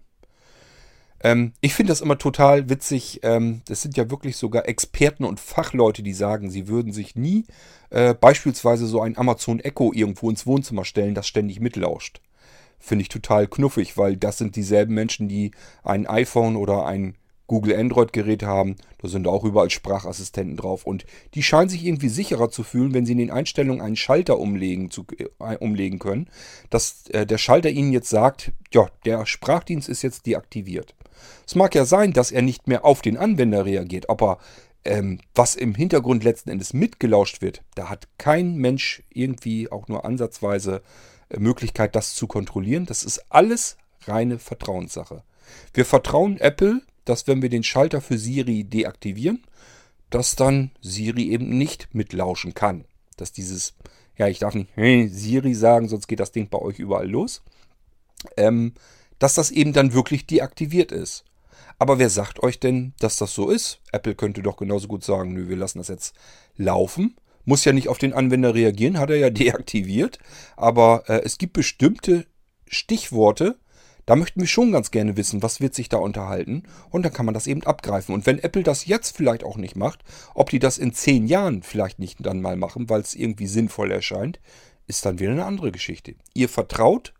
Ähm, ich finde das immer total witzig. Ähm, das sind ja wirklich sogar Experten und Fachleute, die sagen, sie würden sich nie äh, beispielsweise so ein Amazon Echo irgendwo ins Wohnzimmer stellen, das ständig mitlauscht. Finde ich total knuffig, weil das sind dieselben Menschen, die ein iPhone oder ein Google Android-Gerät haben, da sind auch überall Sprachassistenten drauf. Und die scheinen sich irgendwie sicherer zu fühlen, wenn sie in den Einstellungen einen Schalter umlegen, zu, äh, umlegen können, dass äh, der Schalter ihnen jetzt sagt, ja, der Sprachdienst ist jetzt deaktiviert. Es mag ja sein, dass er nicht mehr auf den Anwender reagiert, aber ähm, was im Hintergrund letzten Endes mitgelauscht wird, da hat kein Mensch irgendwie auch nur ansatzweise äh, Möglichkeit, das zu kontrollieren. Das ist alles reine Vertrauenssache. Wir vertrauen Apple, dass wenn wir den Schalter für Siri deaktivieren, dass dann Siri eben nicht mitlauschen kann. Dass dieses, ja, ich darf nicht hey, Siri sagen, sonst geht das Ding bei euch überall los. Ähm, dass das eben dann wirklich deaktiviert ist. Aber wer sagt euch denn, dass das so ist? Apple könnte doch genauso gut sagen, nö, wir lassen das jetzt laufen. Muss ja nicht auf den Anwender reagieren, hat er ja deaktiviert. Aber äh, es gibt bestimmte Stichworte, da möchten wir schon ganz gerne wissen, was wird sich da unterhalten. Und dann kann man das eben abgreifen. Und wenn Apple das jetzt vielleicht auch nicht macht, ob die das in zehn Jahren vielleicht nicht dann mal machen, weil es irgendwie sinnvoll erscheint, ist dann wieder eine andere Geschichte. Ihr vertraut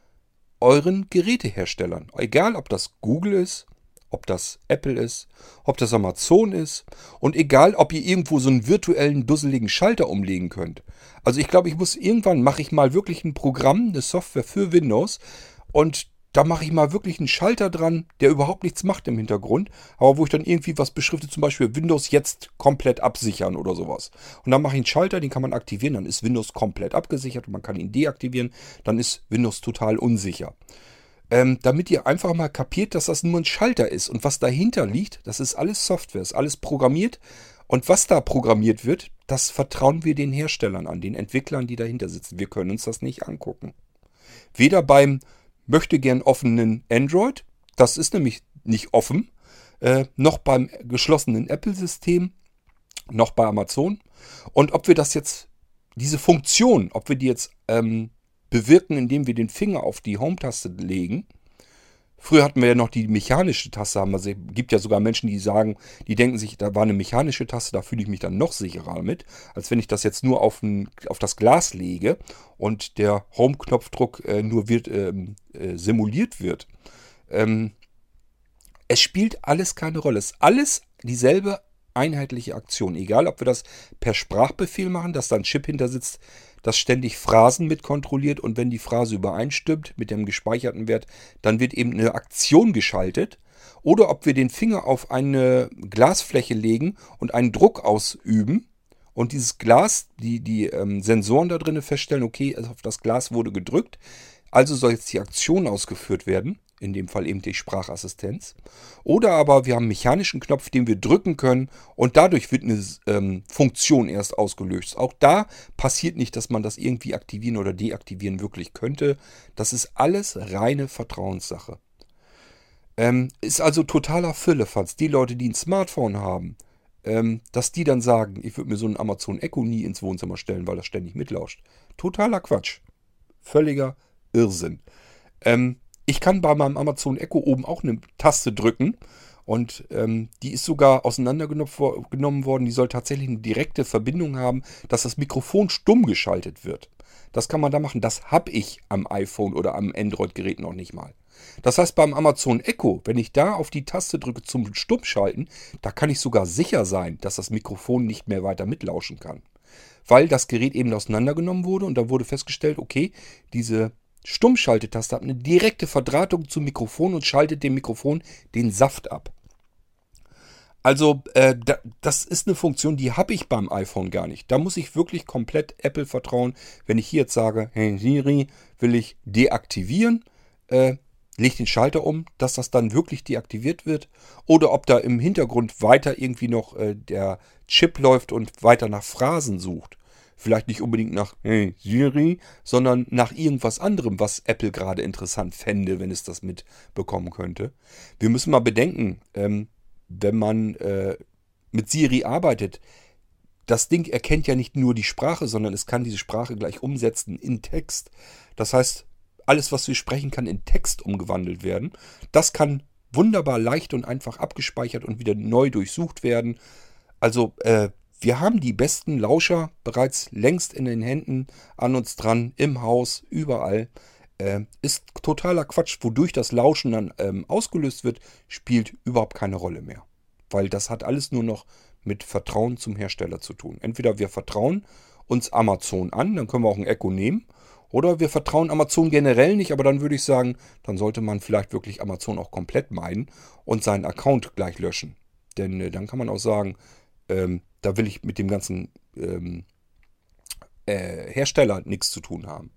euren Geräteherstellern. Egal, ob das Google ist, ob das Apple ist, ob das Amazon ist und egal, ob ihr irgendwo so einen virtuellen, dusseligen Schalter umlegen könnt. Also ich glaube, ich muss irgendwann, mache ich mal wirklich ein Programm, eine Software für Windows und da mache ich mal wirklich einen Schalter dran, der überhaupt nichts macht im Hintergrund, aber wo ich dann irgendwie was beschrifte, zum Beispiel Windows jetzt komplett absichern oder sowas. Und dann mache ich einen Schalter, den kann man aktivieren, dann ist Windows komplett abgesichert und man kann ihn deaktivieren, dann ist Windows total unsicher. Ähm, damit ihr einfach mal kapiert, dass das nur ein Schalter ist und was dahinter liegt, das ist alles Software, ist alles programmiert und was da programmiert wird, das vertrauen wir den Herstellern an, den Entwicklern, die dahinter sitzen. Wir können uns das nicht angucken. Weder beim möchte gern offenen Android, das ist nämlich nicht offen, äh, noch beim geschlossenen Apple-System, noch bei Amazon. Und ob wir das jetzt, diese Funktion, ob wir die jetzt ähm, bewirken, indem wir den Finger auf die Home-Taste legen. Früher hatten wir ja noch die mechanische Taste. Also es gibt ja sogar Menschen, die sagen, die denken sich, da war eine mechanische Taste, da fühle ich mich dann noch sicherer mit, als wenn ich das jetzt nur auf, ein, auf das Glas lege und der Home-Knopfdruck äh, nur wird, ähm, äh, simuliert wird. Ähm, es spielt alles keine Rolle. Es ist alles dieselbe einheitliche Aktion. Egal, ob wir das per Sprachbefehl machen, dass da ein Chip hinter sitzt, das ständig Phrasen mit kontrolliert und wenn die Phrase übereinstimmt mit dem gespeicherten Wert, dann wird eben eine Aktion geschaltet. Oder ob wir den Finger auf eine Glasfläche legen und einen Druck ausüben und dieses Glas, die, die ähm, Sensoren da drin feststellen, okay, also auf das Glas wurde gedrückt, also soll jetzt die Aktion ausgeführt werden. In dem Fall eben die Sprachassistenz. Oder aber wir haben einen mechanischen Knopf, den wir drücken können und dadurch wird eine ähm, Funktion erst ausgelöst. Auch da passiert nicht, dass man das irgendwie aktivieren oder deaktivieren wirklich könnte. Das ist alles reine Vertrauenssache. Ähm, ist also totaler Firlefanz. Die Leute, die ein Smartphone haben, ähm, dass die dann sagen, ich würde mir so einen Amazon Echo nie ins Wohnzimmer stellen, weil das ständig mitlauscht. Totaler Quatsch. Völliger Irrsinn. Ähm, Ich kann bei meinem Amazon Echo oben auch eine Taste drücken und ähm, die ist sogar auseinandergenommen worden. Die soll tatsächlich eine direkte Verbindung haben, dass das Mikrofon stumm geschaltet wird. Das kann man da machen. Das habe ich am iPhone oder am Android-Gerät noch nicht mal. Das heißt, beim Amazon Echo, wenn ich da auf die Taste drücke zum Stummschalten, da kann ich sogar sicher sein, dass das Mikrofon nicht mehr weiter mitlauschen kann. Weil das Gerät eben auseinandergenommen wurde und da wurde festgestellt, okay, diese Stummschaltetaste hat eine direkte Verdrahtung zum Mikrofon und schaltet dem Mikrofon den Saft ab. Also äh, da, das ist eine Funktion, die habe ich beim iPhone gar nicht. Da muss ich wirklich komplett Apple vertrauen. Wenn ich hier jetzt sage, hey Siri, will ich deaktivieren, äh, leg den Schalter um, dass das dann wirklich deaktiviert wird. Oder ob da im Hintergrund weiter irgendwie noch äh, der Chip läuft und weiter nach Phrasen sucht. Vielleicht nicht unbedingt nach hey Siri, sondern nach irgendwas anderem, was Apple gerade interessant fände, wenn es das mitbekommen könnte. Wir müssen mal bedenken, ähm, wenn man äh, mit Siri arbeitet, das Ding erkennt ja nicht nur die Sprache, sondern es kann diese Sprache gleich umsetzen in Text. Das heißt, alles, was wir sprechen, kann in Text umgewandelt werden. Das kann wunderbar leicht und einfach abgespeichert und wieder neu durchsucht werden. Also, äh, wir haben die besten Lauscher bereits längst in den Händen, an uns dran, im Haus, überall. äh, ist totaler Quatsch. Wodurch das Lauschen dann ähm, ausgelöst wird, spielt überhaupt keine Rolle mehr. Weil das hat alles nur noch mit Vertrauen zum Hersteller zu tun. Entweder wir vertrauen uns Amazon an, dann können wir auch ein Echo nehmen. Oder wir vertrauen Amazon generell nicht, aber dann würde ich sagen, dann sollte man vielleicht wirklich Amazon auch komplett meiden und seinen Account gleich löschen. Denn äh, dann kann man auch sagen, ähm, da will ich mit dem ganzen ähm, äh, Hersteller nichts zu tun haben.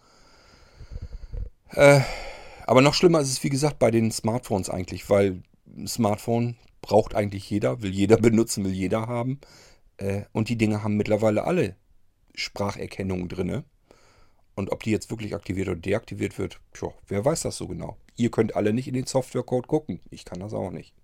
Äh, aber noch schlimmer ist es, wie gesagt, bei den Smartphones eigentlich, weil ein Smartphone braucht eigentlich jeder, will jeder benutzen, will jeder haben. Äh, und die Dinge haben mittlerweile alle Spracherkennung drin. Und ob die jetzt wirklich aktiviert oder deaktiviert wird, tja, wer weiß das so genau. Ihr könnt alle nicht in den Softwarecode gucken. Ich kann das auch nicht.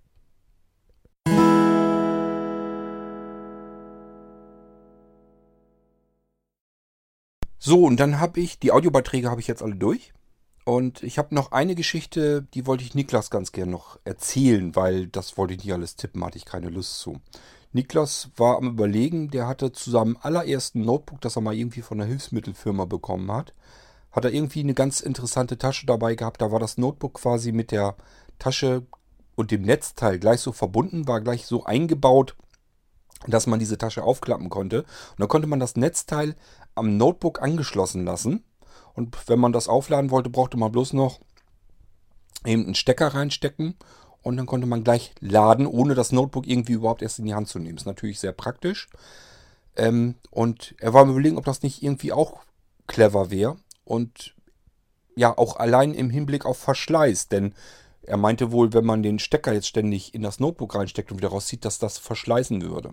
So, und dann habe ich, die Audiobeiträge habe ich jetzt alle durch. Und ich habe noch eine Geschichte, die wollte ich Niklas ganz gern noch erzählen, weil das wollte ich nicht alles tippen, hatte ich keine Lust zu. Niklas war am Überlegen, der hatte zu seinem allerersten Notebook, das er mal irgendwie von einer Hilfsmittelfirma bekommen hat, hat er irgendwie eine ganz interessante Tasche dabei gehabt. Da war das Notebook quasi mit der Tasche und dem Netzteil gleich so verbunden, war gleich so eingebaut, dass man diese Tasche aufklappen konnte. Und dann konnte man das Netzteil am Notebook angeschlossen lassen. Und wenn man das aufladen wollte, brauchte man bloß noch eben einen Stecker reinstecken. Und dann konnte man gleich laden, ohne das Notebook irgendwie überhaupt erst in die Hand zu nehmen. Ist natürlich sehr praktisch. Ähm, und er war am Überlegen, ob das nicht irgendwie auch clever wäre. Und ja, auch allein im Hinblick auf Verschleiß. Denn er meinte wohl, wenn man den Stecker jetzt ständig in das Notebook reinsteckt und wieder rauszieht, dass das verschleißen würde.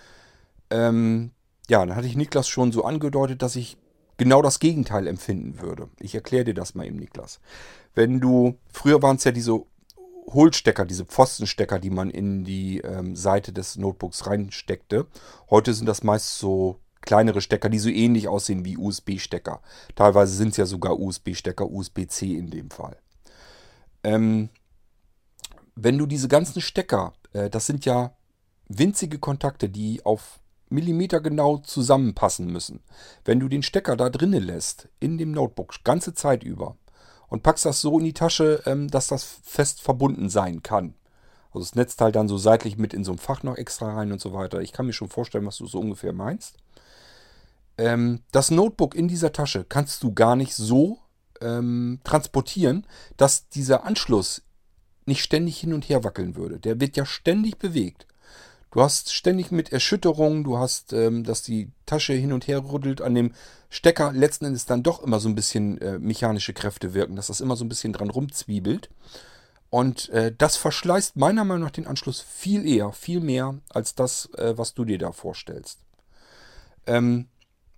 Ähm, ja, dann hatte ich Niklas schon so angedeutet, dass ich genau das Gegenteil empfinden würde. Ich erkläre dir das mal eben, Niklas. Wenn du, früher waren es ja diese Hohlstecker, diese Pfostenstecker, die man in die ähm, Seite des Notebooks reinsteckte. Heute sind das meist so kleinere Stecker, die so ähnlich aussehen wie U S B-Stecker. Teilweise sind es ja sogar U S B-Stecker, U S B C in dem Fall. Ähm, wenn du diese ganzen Stecker, äh, das sind ja winzige Kontakte, die auf Millimeter genau zusammenpassen müssen. Wenn du den Stecker da drinnen lässt, in dem Notebook, ganze Zeit über, und packst das so in die Tasche, ähm, dass das fest verbunden sein kann. Also das Netzteil dann so seitlich mit in so ein Fach noch extra rein und so weiter. Ich kann mir schon vorstellen, was du so ungefähr meinst. Ähm, das Notebook in dieser Tasche kannst du gar nicht so ähm, transportieren, dass dieser Anschluss nicht ständig hin und her wackeln würde. Der wird ja ständig bewegt. Du hast ständig mit Erschütterungen, du hast, ähm, dass die Tasche hin und her rüttelt, an dem Stecker letzten Endes dann doch immer so ein bisschen äh, mechanische Kräfte wirken, dass das immer so ein bisschen dran rumzwiebelt. Und äh, das verschleißt meiner Meinung nach den Anschluss viel eher, viel mehr als das, äh, was du dir da vorstellst. Ähm,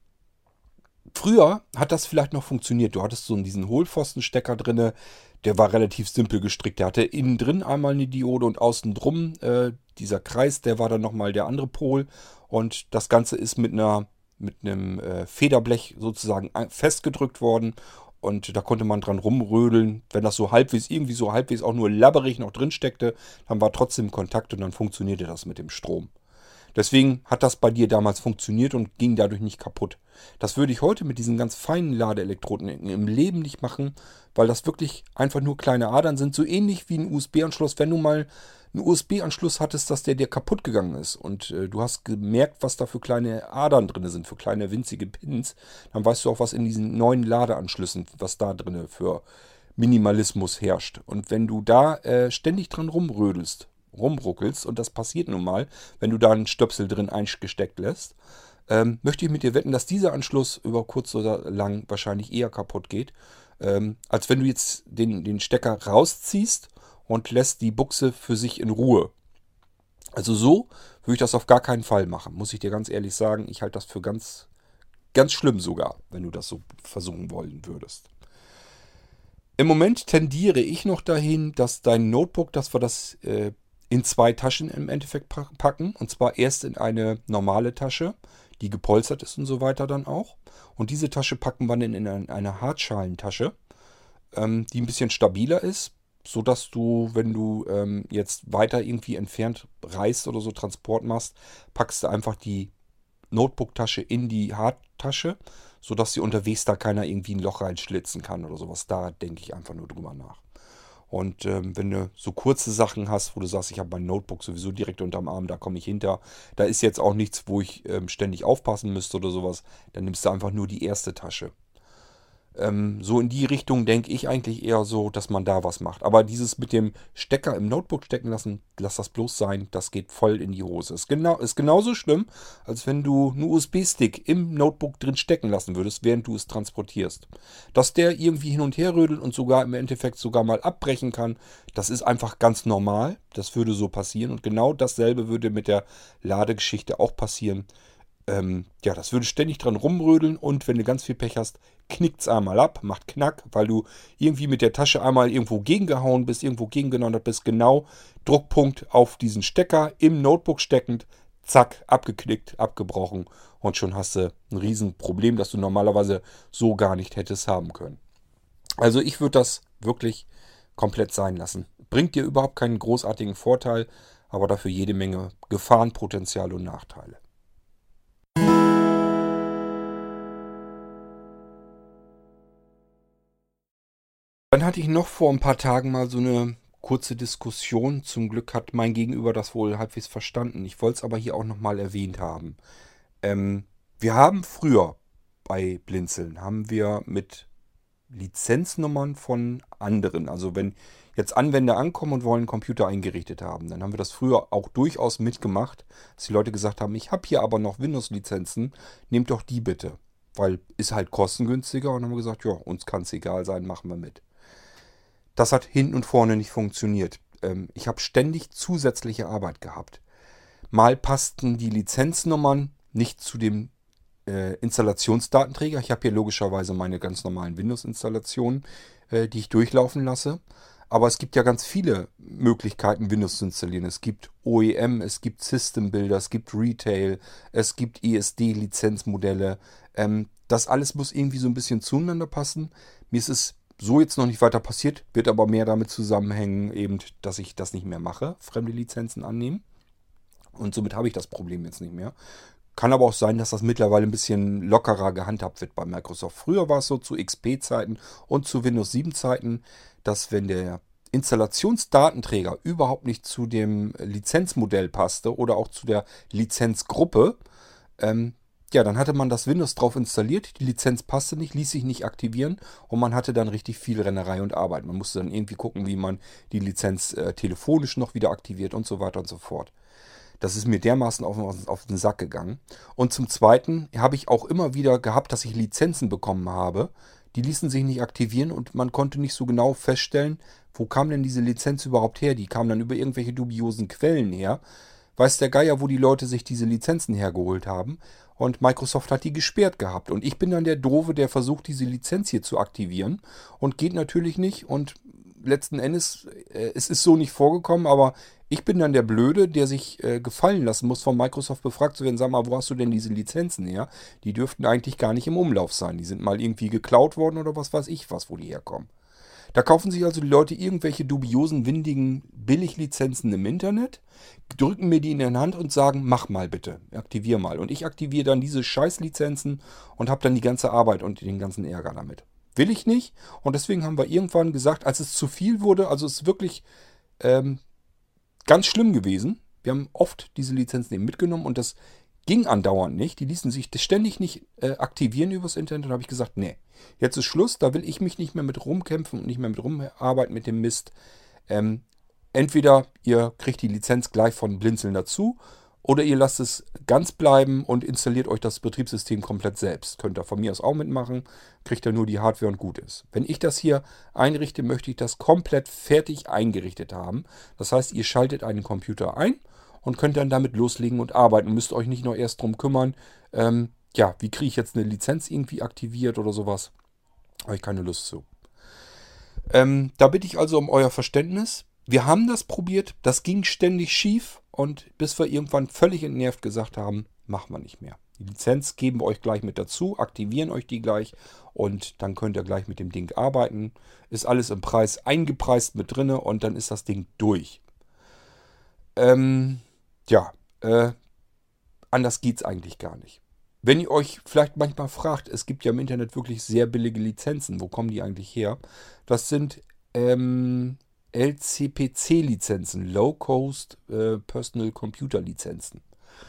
früher hat das vielleicht noch funktioniert. Du hattest so diesen Hohlpfostenstecker drinne, der war relativ simpel gestrickt. Der hatte innen drin einmal eine Diode und außen drum äh, dieser Kreis, der war dann nochmal der andere Pol. Und das Ganze ist mit einer mit einem äh, Federblech sozusagen festgedrückt worden. Und da konnte man dran rumrödeln. Wenn das so halbwegs, irgendwie so halbwegs auch nur labberig noch drin steckte, dann war trotzdem Kontakt und dann funktionierte das mit dem Strom. Deswegen hat das bei dir damals funktioniert und ging dadurch nicht kaputt. Das würde ich heute mit diesen ganz feinen Ladeelektroden im Leben nicht machen, weil das wirklich einfach nur kleine Adern sind. So ähnlich wie ein U S B-Anschluss. Wenn du mal einen U S B-Anschluss hattest, dass der dir kaputt gegangen ist und äh, du hast gemerkt, was da für kleine Adern drin sind, für kleine winzige Pins, dann weißt du auch, was in diesen neuen Ladeanschlüssen, was da drin für Minimalismus herrscht. Und wenn du da äh, ständig dran rumrödelst, rumruckelst, und das passiert nun mal, wenn du da einen Stöpsel drin eingesteckt lässt, ähm, möchte ich mit dir wetten, dass dieser Anschluss über kurz oder lang wahrscheinlich eher kaputt geht, ähm, als wenn du jetzt den, den Stecker rausziehst und lässt die Buchse für sich in Ruhe. Also so würde ich das auf gar keinen Fall machen, muss ich dir ganz ehrlich sagen. Ich halte das für ganz, ganz schlimm sogar, wenn du das so versuchen wollen würdest. Im Moment tendiere ich noch dahin, dass dein Notebook, dass wir das äh, in zwei Taschen im Endeffekt packen. Und zwar erst in eine normale Tasche, die gepolstert ist und so weiter dann auch. Und diese Tasche packen wir dann in eine Hartschalentasche, ähm, die ein bisschen stabiler ist, sodass du, wenn du ähm, jetzt weiter irgendwie entfernt reist oder so Transport machst, packst du einfach die Notebook-Tasche in die Hardtasche, sodass sie unterwegs da keiner irgendwie ein Loch reinschlitzen kann oder sowas. Da denke ich einfach nur drüber nach. Und ähm, wenn du so kurze Sachen hast, wo du sagst, ich habe mein Notebook sowieso direkt unterm Arm, da komme ich hinter, da ist jetzt auch nichts, wo ich ähm, ständig aufpassen müsste oder sowas, dann nimmst du einfach nur die erste Tasche. Ähm, so in die Richtung denke ich eigentlich eher so, dass man da was macht. Aber dieses mit dem Stecker im Notebook stecken lassen, lass das bloß sein, das geht voll in die Hose. Ist, genau, ist genauso schlimm, als wenn du einen U S B-Stick im Notebook drin stecken lassen würdest, während du es transportierst. Dass der irgendwie hin und her rödelt und sogar im Endeffekt sogar mal abbrechen kann, das ist einfach ganz normal. Das würde so passieren. Und genau dasselbe würde mit der Ladegeschichte auch passieren. Ähm, ja, das würde ständig dran rumrödeln und wenn du ganz viel Pech hast, knickt es einmal ab, macht Knack, weil du irgendwie mit der Tasche einmal irgendwo gegengehauen bist, irgendwo gegengenondert bist, genau Druckpunkt auf diesen Stecker im Notebook steckend, zack, abgeknickt, abgebrochen und schon hast du ein Riesenproblem, das du normalerweise so gar nicht hättest haben können. Also ich würde das wirklich komplett sein lassen. Bringt dir überhaupt keinen großartigen Vorteil, aber dafür jede Menge Gefahrenpotenzial und Nachteile. Dann hatte ich noch vor ein paar Tagen mal so eine kurze Diskussion. Zum Glück hat mein Gegenüber das wohl halbwegs verstanden. Ich wollte es aber hier auch nochmal erwähnt haben. Ähm, wir haben früher bei Blinzeln, haben wir mit Lizenznummern von anderen, also wenn jetzt Anwender ankommen und wollen einen Computer eingerichtet haben, dann haben wir das früher auch durchaus mitgemacht, dass die Leute gesagt haben, ich habe hier aber noch Windows-Lizenzen, nehmt doch die bitte. Weil ist halt kostengünstiger und dann haben wir gesagt, ja, uns kann es egal sein, machen wir mit. Das hat hinten und vorne nicht funktioniert. Ähm, ich habe ständig zusätzliche Arbeit gehabt. Mal passten die Lizenznummern nicht zu dem äh, Installationsdatenträger. Ich habe hier logischerweise meine ganz normalen Windows-Installationen, äh, die ich durchlaufen lasse. Aber es gibt ja ganz viele Möglichkeiten, Windows zu installieren. Es gibt O E M, es gibt System Builder, es gibt Retail, es gibt E S D-Lizenzmodelle. Ähm, das alles muss irgendwie so ein bisschen zueinander passen. Mir ist es so jetzt noch nicht weiter passiert, wird aber mehr damit zusammenhängen, eben, dass ich das nicht mehr mache, fremde Lizenzen annehmen. Und somit habe ich das Problem jetzt nicht mehr. Kann aber auch sein, dass das mittlerweile ein bisschen lockerer gehandhabt wird bei Microsoft. Früher war es so zu X P-Zeiten und zu Windows sieben Zeiten, dass wenn der Installationsdatenträger überhaupt nicht zu dem Lizenzmodell passte oder auch zu der Lizenzgruppe, ähm, ja, dann hatte man das Windows drauf installiert, die Lizenz passte nicht, ließ sich nicht aktivieren und man hatte dann richtig viel Rennerei und Arbeit. Man musste dann irgendwie gucken, wie man die Lizenz äh, telefonisch noch wieder aktiviert und so weiter und so fort. Das ist mir dermaßen auf, auf den Sack gegangen. Und zum Zweiten habe ich auch immer wieder gehabt, dass ich Lizenzen bekommen habe. Die ließen sich nicht aktivieren und man konnte nicht so genau feststellen, wo kam denn diese Lizenz überhaupt her. Die kam dann über irgendwelche dubiosen Quellen her. Weiß der Geier, wo die Leute sich diese Lizenzen hergeholt haben. Und Microsoft hat die gesperrt gehabt. Und ich bin dann der Doofe, der versucht, diese Lizenz hier zu aktivieren. Und geht natürlich nicht. Und letzten Endes, äh, es ist so nicht vorgekommen, aber ich bin dann der Blöde, der sich äh, gefallen lassen muss, von Microsoft befragt zu werden. Sag mal, wo hast du denn diese Lizenzen her? Die dürften eigentlich gar nicht im Umlauf sein. Die sind mal irgendwie geklaut worden oder was weiß ich was, wo die herkommen. Da kaufen sich also die Leute irgendwelche dubiosen, windigen Billiglizenzen im Internet, drücken mir die in die Hand und sagen, mach mal bitte, aktivier mal. Und ich aktiviere dann diese Scheißlizenzen und habe dann die ganze Arbeit und den ganzen Ärger damit. Will ich nicht. Und deswegen haben wir irgendwann gesagt, als es zu viel wurde, also es ist wirklich ähm, ganz schlimm gewesen. Wir haben oft diese Lizenzen eben mitgenommen und das ging andauernd nicht. Die ließen sich ständig nicht äh, aktivieren übers Internet. Und da habe ich gesagt, nee, jetzt ist Schluss. Da will ich mich nicht mehr mit rumkämpfen und nicht mehr mit rumarbeiten mit dem Mist. Ähm, entweder ihr kriegt die Lizenz gleich von Blinzeln dazu oder ihr lasst es ganz bleiben und installiert euch das Betriebssystem komplett selbst. Könnt ihr von mir aus auch mitmachen. Kriegt ihr nur die Hardware und gut ist. Wenn ich das hier einrichte, möchte ich das komplett fertig eingerichtet haben. Das heißt, ihr schaltet einen Computer ein und könnt dann damit loslegen und arbeiten. Müsst euch nicht noch erst drum kümmern, ähm, ja, wie kriege ich jetzt eine Lizenz irgendwie aktiviert oder sowas. Habe ich keine Lust zu. Ähm, da bitte ich also um euer Verständnis. Wir haben das probiert, das ging ständig schief und bis wir irgendwann völlig entnervt gesagt haben, machen wir nicht mehr. Die Lizenz geben wir euch gleich mit dazu, aktivieren euch die gleich und dann könnt ihr gleich mit dem Ding arbeiten. Ist alles im Preis eingepreist mit drinne und dann ist das Ding durch. Ähm, ja, äh, anders geht's eigentlich gar nicht. Wenn ihr euch vielleicht manchmal fragt, es gibt ja im Internet wirklich sehr billige Lizenzen. Wo kommen die eigentlich her? Das sind ähm, L C P C-Lizenzen, Low Cost äh, Personal Computer Lizenzen.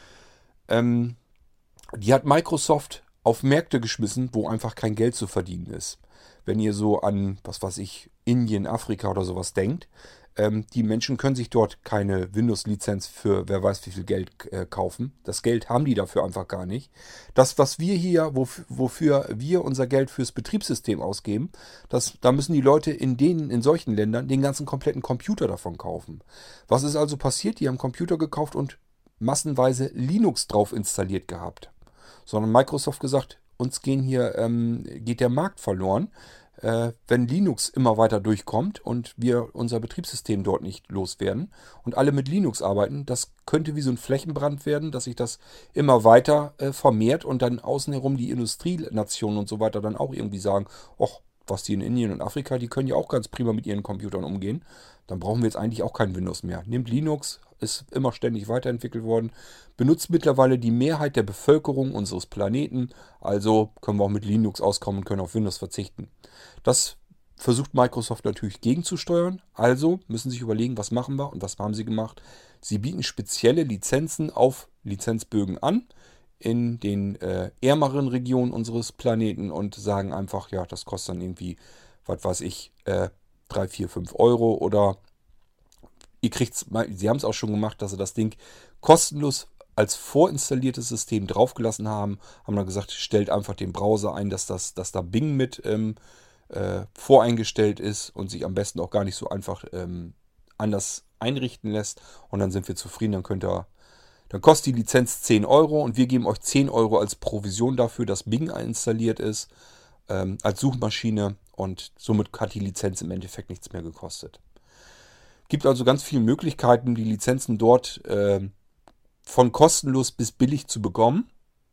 Ähm, die hat Microsoft auf Märkte geschmissen, wo einfach kein Geld zu verdienen ist. Wenn ihr so an, was weiß ich, Indien, Afrika oder sowas denkt, ähm, die Menschen können sich dort keine Windows-Lizenz für wer weiß wie viel Geld äh, kaufen. Das Geld haben die dafür einfach gar nicht. Das, was wir hier, wof wofür wir unser Geld fürs Betriebssystem ausgeben, das, da müssen die Leute in denen, in solchen Ländern den ganzen kompletten Computer davon kaufen. Was ist also passiert? Die haben Computer gekauft und massenweise Linux drauf installiert gehabt. Sondern Microsoft gesagt, uns gehen hier, ähm, geht der Markt verloren, äh, wenn Linux immer weiter durchkommt und wir unser Betriebssystem dort nicht loswerden und alle mit Linux arbeiten. Das könnte wie so ein Flächenbrand werden, dass sich das immer weiter äh, vermehrt und dann außen herum die Industrienationen und so weiter dann auch irgendwie sagen, ach, was die in Indien und Afrika, die können ja auch ganz prima mit ihren Computern umgehen. Dann brauchen wir jetzt eigentlich auch kein Windows mehr. Nehmt Linux, ist immer ständig weiterentwickelt worden, benutzt mittlerweile die Mehrheit der Bevölkerung unseres Planeten, also können wir auch mit Linux auskommen und können auf Windows verzichten. Das versucht Microsoft natürlich gegenzusteuern, also müssen sie sich überlegen, was machen wir und was haben sie gemacht. Sie bieten spezielle Lizenzen auf Lizenzbögen an in den äh, ärmeren Regionen unseres Planeten und sagen einfach, ja, das kostet dann irgendwie, was weiß ich, äh, drei, vier, fünf Euro oder ihr kriegt's, sie haben es auch schon gemacht, dass sie das Ding kostenlos als vorinstalliertes System draufgelassen haben, haben dann gesagt, stellt einfach den Browser ein, dass, das, dass da Bing mit ähm, äh, voreingestellt ist und sich am besten auch gar nicht so einfach ähm, anders einrichten lässt und dann sind wir zufrieden, dann könnt ihr Dann kostet die Lizenz zehn Euro und wir geben euch zehn Euro als Provision dafür, dass Bing installiert ist, ähm, als Suchmaschine und somit hat die Lizenz im Endeffekt nichts mehr gekostet. Gibt also ganz viele Möglichkeiten, die Lizenzen dort äh, von kostenlos bis billig zu bekommen.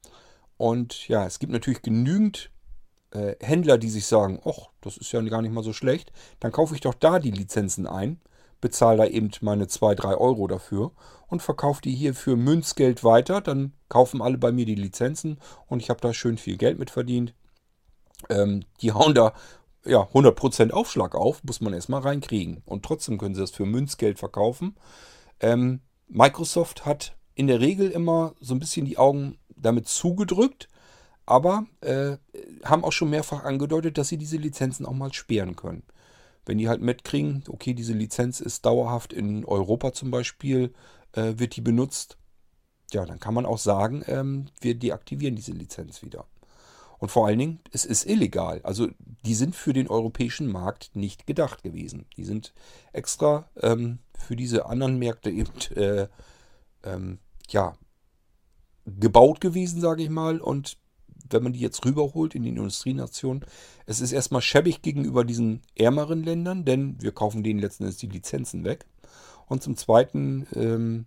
Und ja, es gibt natürlich genügend äh, Händler, die sich sagen, ach, das ist ja gar nicht mal so schlecht, dann kaufe ich doch da die Lizenzen ein, bezahle da eben meine zwei, drei Euro dafür und verkaufe die hier für Münzgeld weiter. Dann kaufen alle bei mir die Lizenzen und ich habe da schön viel Geld mit verdient. Ähm, die hauen da ja, hundert Prozent Aufschlag auf, muss man erstmal reinkriegen. Und trotzdem können sie das für Münzgeld verkaufen. Ähm, Microsoft hat in der Regel immer so ein bisschen die Augen damit zugedrückt, aber äh, haben auch schon mehrfach angedeutet, dass sie diese Lizenzen auch mal sperren können. Wenn die halt mitkriegen, okay, diese Lizenz ist dauerhaft in Europa zum Beispiel, äh, wird die benutzt, ja, dann kann man auch sagen, ähm, wir deaktivieren diese Lizenz wieder. Und vor allen Dingen, es ist illegal. Also die sind für den europäischen Markt nicht gedacht gewesen. Die sind extra ähm, für diese anderen Märkte eben äh, ähm, ja, gebaut gewesen, sage ich mal. Und wenn man die jetzt rüberholt in die Industrienationen, es ist erstmal schäbig gegenüber diesen ärmeren Ländern, denn wir kaufen denen letzten Endes die Lizenzen weg. Und zum Zweiten ähm,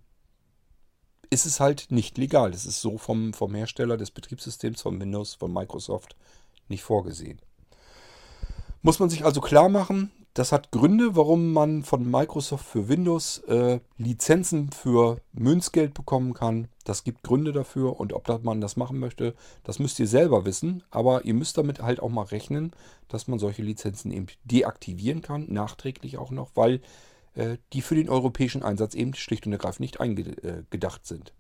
ist es halt nicht legal. Es ist so vom, vom Hersteller des Betriebssystems von Windows, von Microsoft, nicht vorgesehen. Muss man sich also klar machen, das hat Gründe, warum man von Microsoft für Windows äh, Lizenzen für Münzgeld bekommen kann. Das gibt Gründe dafür und ob man das machen möchte, das müsst ihr selber wissen. Aber ihr müsst damit halt auch mal rechnen, dass man solche Lizenzen eben deaktivieren kann, nachträglich auch noch, weil äh, die für den europäischen Einsatz eben schlicht und ergreifend nicht eingedacht sind.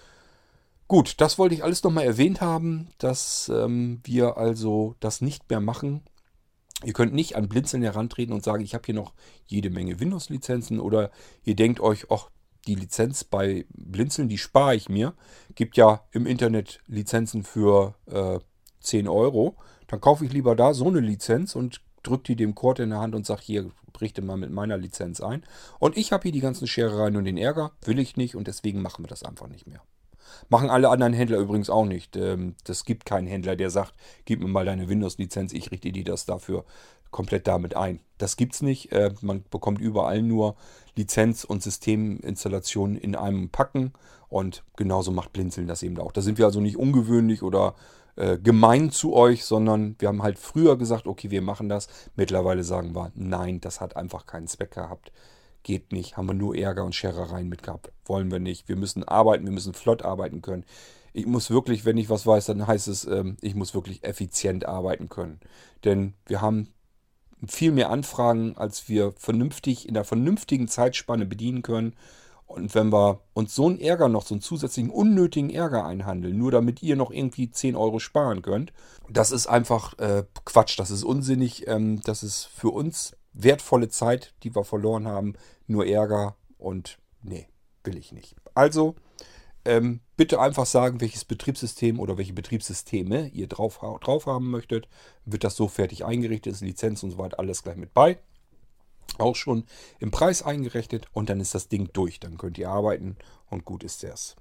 Gut, das wollte ich alles nochmal erwähnt haben, dass ähm, wir also das nicht mehr machen. Ihr könnt nicht an Blinzeln herantreten und sagen, ich habe hier noch jede Menge Windows-Lizenzen oder ihr denkt euch, ach, die Lizenz bei Blinzeln, die spare ich mir. Gibt ja im Internet Lizenzen für äh, zehn Euro. Dann kaufe ich lieber da so eine Lizenz und drücke die dem Cord in der Hand und sage, hier, richte mal mit meiner Lizenz ein. Und ich habe hier die ganzen Scherereien und den Ärger, will ich nicht und deswegen machen wir das einfach nicht mehr. Machen alle anderen Händler übrigens auch nicht. Das gibt keinen Händler, der sagt, gib mir mal deine Windows-Lizenz, ich richte dir das dafür komplett damit ein. Das gibt's nicht. Man bekommt überall nur Lizenz- und Systeminstallationen in einem Packen und genauso macht Blinzeln das eben auch. Da sind wir also nicht ungewöhnlich oder äh, gemein zu euch, sondern wir haben halt früher gesagt, okay, wir machen das. Mittlerweile sagen wir, nein, das hat einfach keinen Zweck gehabt. geht nicht, haben wir nur Ärger und Scherereien mit gehabt. Wollen wir nicht. Wir müssen arbeiten, wir müssen flott arbeiten können. Ich muss wirklich, wenn ich was weiß, dann heißt es, ähm, ich muss wirklich effizient arbeiten können. Denn wir haben viel mehr Anfragen, als wir vernünftig in der vernünftigen Zeitspanne bedienen können. Und wenn wir uns so einen Ärger noch, so einen zusätzlichen unnötigen Ärger einhandeln, nur damit ihr noch irgendwie zehn Euro sparen könnt, das ist einfach äh, Quatsch, das ist unsinnig, ähm, das ist für uns wertvolle Zeit, die wir verloren haben, nur Ärger und nee, will ich nicht. Also ähm, bitte einfach sagen, welches Betriebssystem oder welche Betriebssysteme ihr drauf, drauf haben möchtet. Wird das so fertig eingerichtet, ist Lizenz und so weiter, alles gleich mit bei. Auch schon im Preis eingerechnet und dann ist das Ding durch. Dann könnt ihr arbeiten und gut ist das.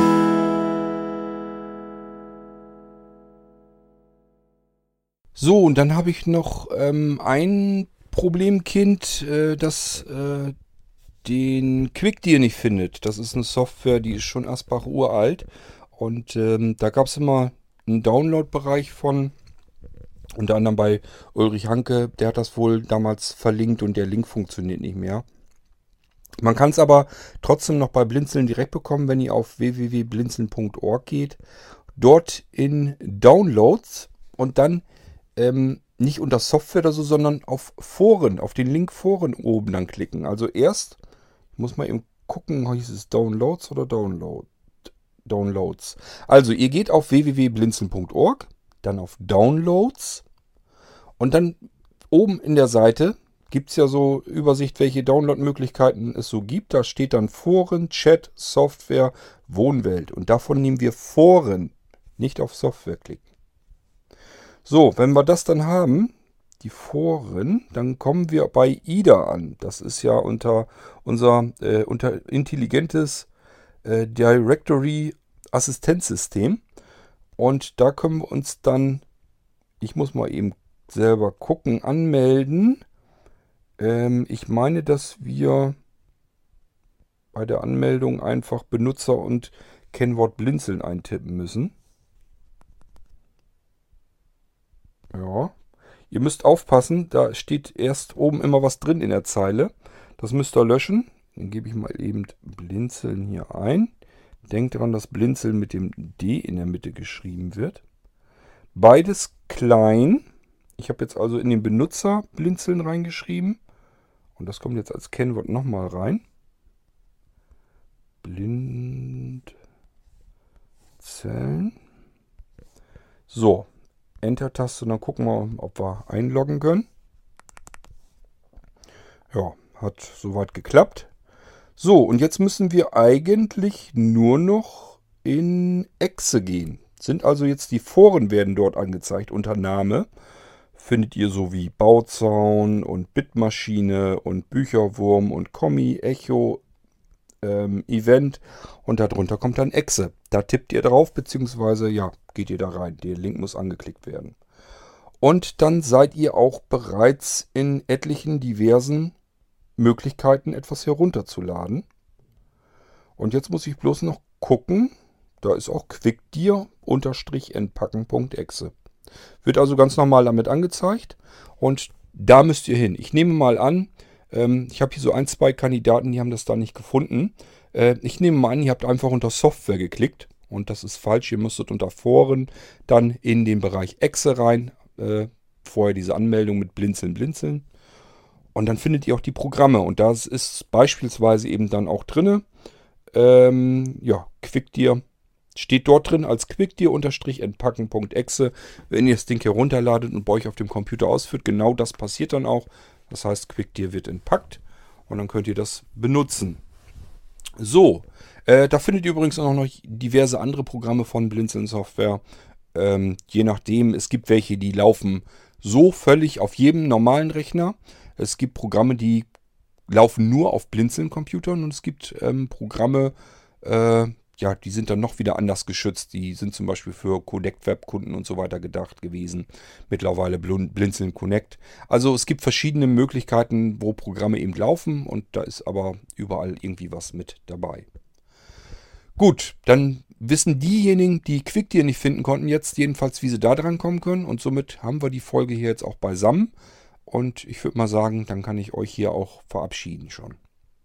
So, und dann habe ich noch ähm, ein Problemkind, äh, das äh, den QuickDear nicht findet. Das ist eine Software, die ist schon Asbach uralt. Und ähm, da gab es immer einen Download-Bereich von, unter anderem bei Ulrich Hanke. Der hat das wohl damals verlinkt und der Link funktioniert nicht mehr. Man kann es aber trotzdem noch bei Blinzeln direkt bekommen, wenn ihr auf w w w punkt blinzeln punkt org geht. Dort in Downloads und dann ähm, nicht unter Software oder so, sondern auf Foren, auf den Link Foren oben dann klicken. Also erst, ich muss mal eben gucken, hieß es Downloads oder Download? Downloads. Also ihr geht auf w w w punkt blinzeln punkt org, dann auf Downloads und dann oben in der Seite gibt es ja so Übersicht, welche Download-Möglichkeiten es so gibt. Da steht dann Foren, Chat, Software, Wohnwelt und davon nehmen wir Foren, nicht auf Software klicken. So, wenn wir das dann haben, die Foren, dann kommen wir bei I D A an. Das ist ja unter unser äh, unter intelligentes äh, Directory Assistenzsystem. Und da können wir uns dann, ich muss mal eben selber gucken, anmelden. Ähm, ich meine, dass wir bei der Anmeldung einfach Benutzer und Kennwort Blinzeln eintippen müssen. Ja, ihr müsst aufpassen, da steht erst oben immer was drin in der Zeile. Das müsst ihr löschen. Dann gebe ich mal eben Blinzeln hier ein. Denkt daran, dass Blinzeln mit dem D in der Mitte geschrieben wird. Beides klein. Ich habe jetzt also in den Benutzer Blinzeln reingeschrieben. Und das kommt jetzt als Kennwort nochmal rein. Blinzeln. So. Enter-Taste und dann gucken wir, ob wir einloggen können. Ja, hat soweit geklappt. So, und jetzt müssen wir eigentlich nur noch in Exe gehen. Sind also jetzt die Foren werden dort angezeigt unter Name. Findet ihr so wie Bauzaun und Bitmaschine und Bücherwurm und Kommi, Echo, ähm, Event und darunter kommt dann Exe. Da tippt ihr drauf, beziehungsweise ja, geht ihr da rein. Der Link muss angeklickt werden. Und dann seid ihr auch bereits in etlichen diversen Möglichkeiten, etwas herunterzuladen. Und jetzt muss ich bloß noch gucken. Da ist auch QuickDear entpacken punkt exe. Wird also ganz normal damit angezeigt. Und da müsst ihr hin. Ich nehme mal an, ähm, ich habe hier so ein, zwei Kandidaten, die haben das da nicht gefunden. Äh, ich nehme mal an, ihr habt einfach unter Software geklickt. Und das ist falsch. Ihr müsstet unter Foren dann in den Bereich Exe rein. Äh, vorher diese Anmeldung mit Blinzeln, Blinzeln. Und dann findet ihr auch die Programme. Und das ist beispielsweise eben dann auch drin. Ähm, ja, QuickDear steht dort drin als QuickDear entpacken punkt exe. Wenn ihr das Ding herunterladet und bei euch auf dem Computer ausführt, genau das passiert dann auch. Das heißt, QuickDear wird entpackt und dann könnt ihr das benutzen. So, äh, da findet ihr übrigens auch noch diverse andere Programme von Blinzeln Software. Ähm, je nachdem, es gibt welche, die laufen so völlig auf jedem normalen Rechner. Es gibt Programme, die laufen nur auf Blinzeln-Computern und es gibt ähm, Programme, äh, ja, die sind dann noch wieder anders geschützt. Die sind zum Beispiel für Connect-Web-Kunden und so weiter gedacht gewesen. Mittlerweile Blinzeln Connect. Also es gibt verschiedene Möglichkeiten, wo Programme eben laufen und da ist aber überall irgendwie was mit dabei. Gut, dann wissen diejenigen, die QuickDear nicht finden konnten, jetzt jedenfalls, wie sie da dran kommen können. Und somit haben wir die Folge hier jetzt auch beisammen. Und ich würde mal sagen, dann kann ich euch hier auch verabschieden schon.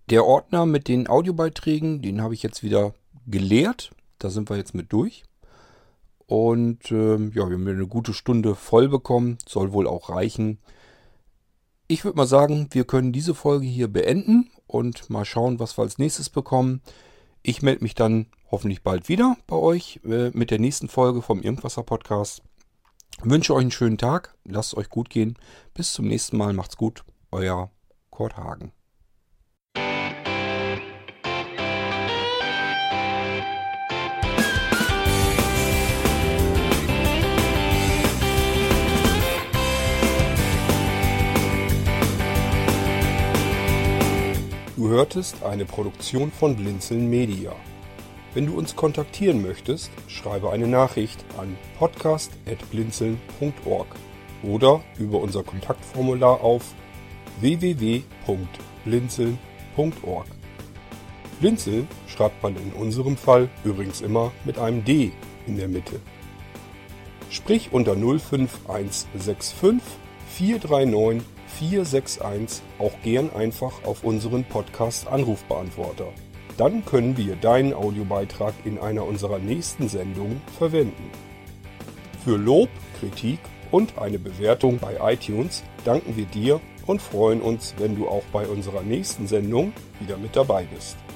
Der Ordner mit den Audiobeiträgen, den habe ich jetzt wieder geleert. Da sind wir jetzt mit durch. Und ähm, ja, wir haben eine gute Stunde voll bekommen. Soll wohl auch reichen. Ich würde mal sagen, wir können diese Folge hier beenden und mal schauen, was wir als nächstes bekommen. Ich melde mich dann hoffentlich bald wieder bei euch äh, mit der nächsten Folge vom Irgendwasser Podcast. Wünsche euch einen schönen Tag. Lasst es euch gut gehen. Bis zum nächsten Mal. Macht's gut. Euer Kurt Hagen. Du hörtest eine Produktion von Blinzeln Media. Wenn du uns kontaktieren möchtest, schreibe eine Nachricht an podcast at blinzeln punkt org oder über unser Kontaktformular auf w w w punkt blinzeln punkt org. Blinzeln schreibt man in unserem Fall übrigens immer mit einem D in der Mitte. Sprich unter null fünf eins sechs fünf vier drei neun vier sechs eins auch gern einfach auf unseren Podcast-Anrufbeantworter. Dann können wir deinen Audiobeitrag in einer unserer nächsten Sendungen verwenden. Für Lob, Kritik und eine Bewertung bei iTunes danken wir dir und freuen uns, wenn du auch bei unserer nächsten Sendung wieder mit dabei bist.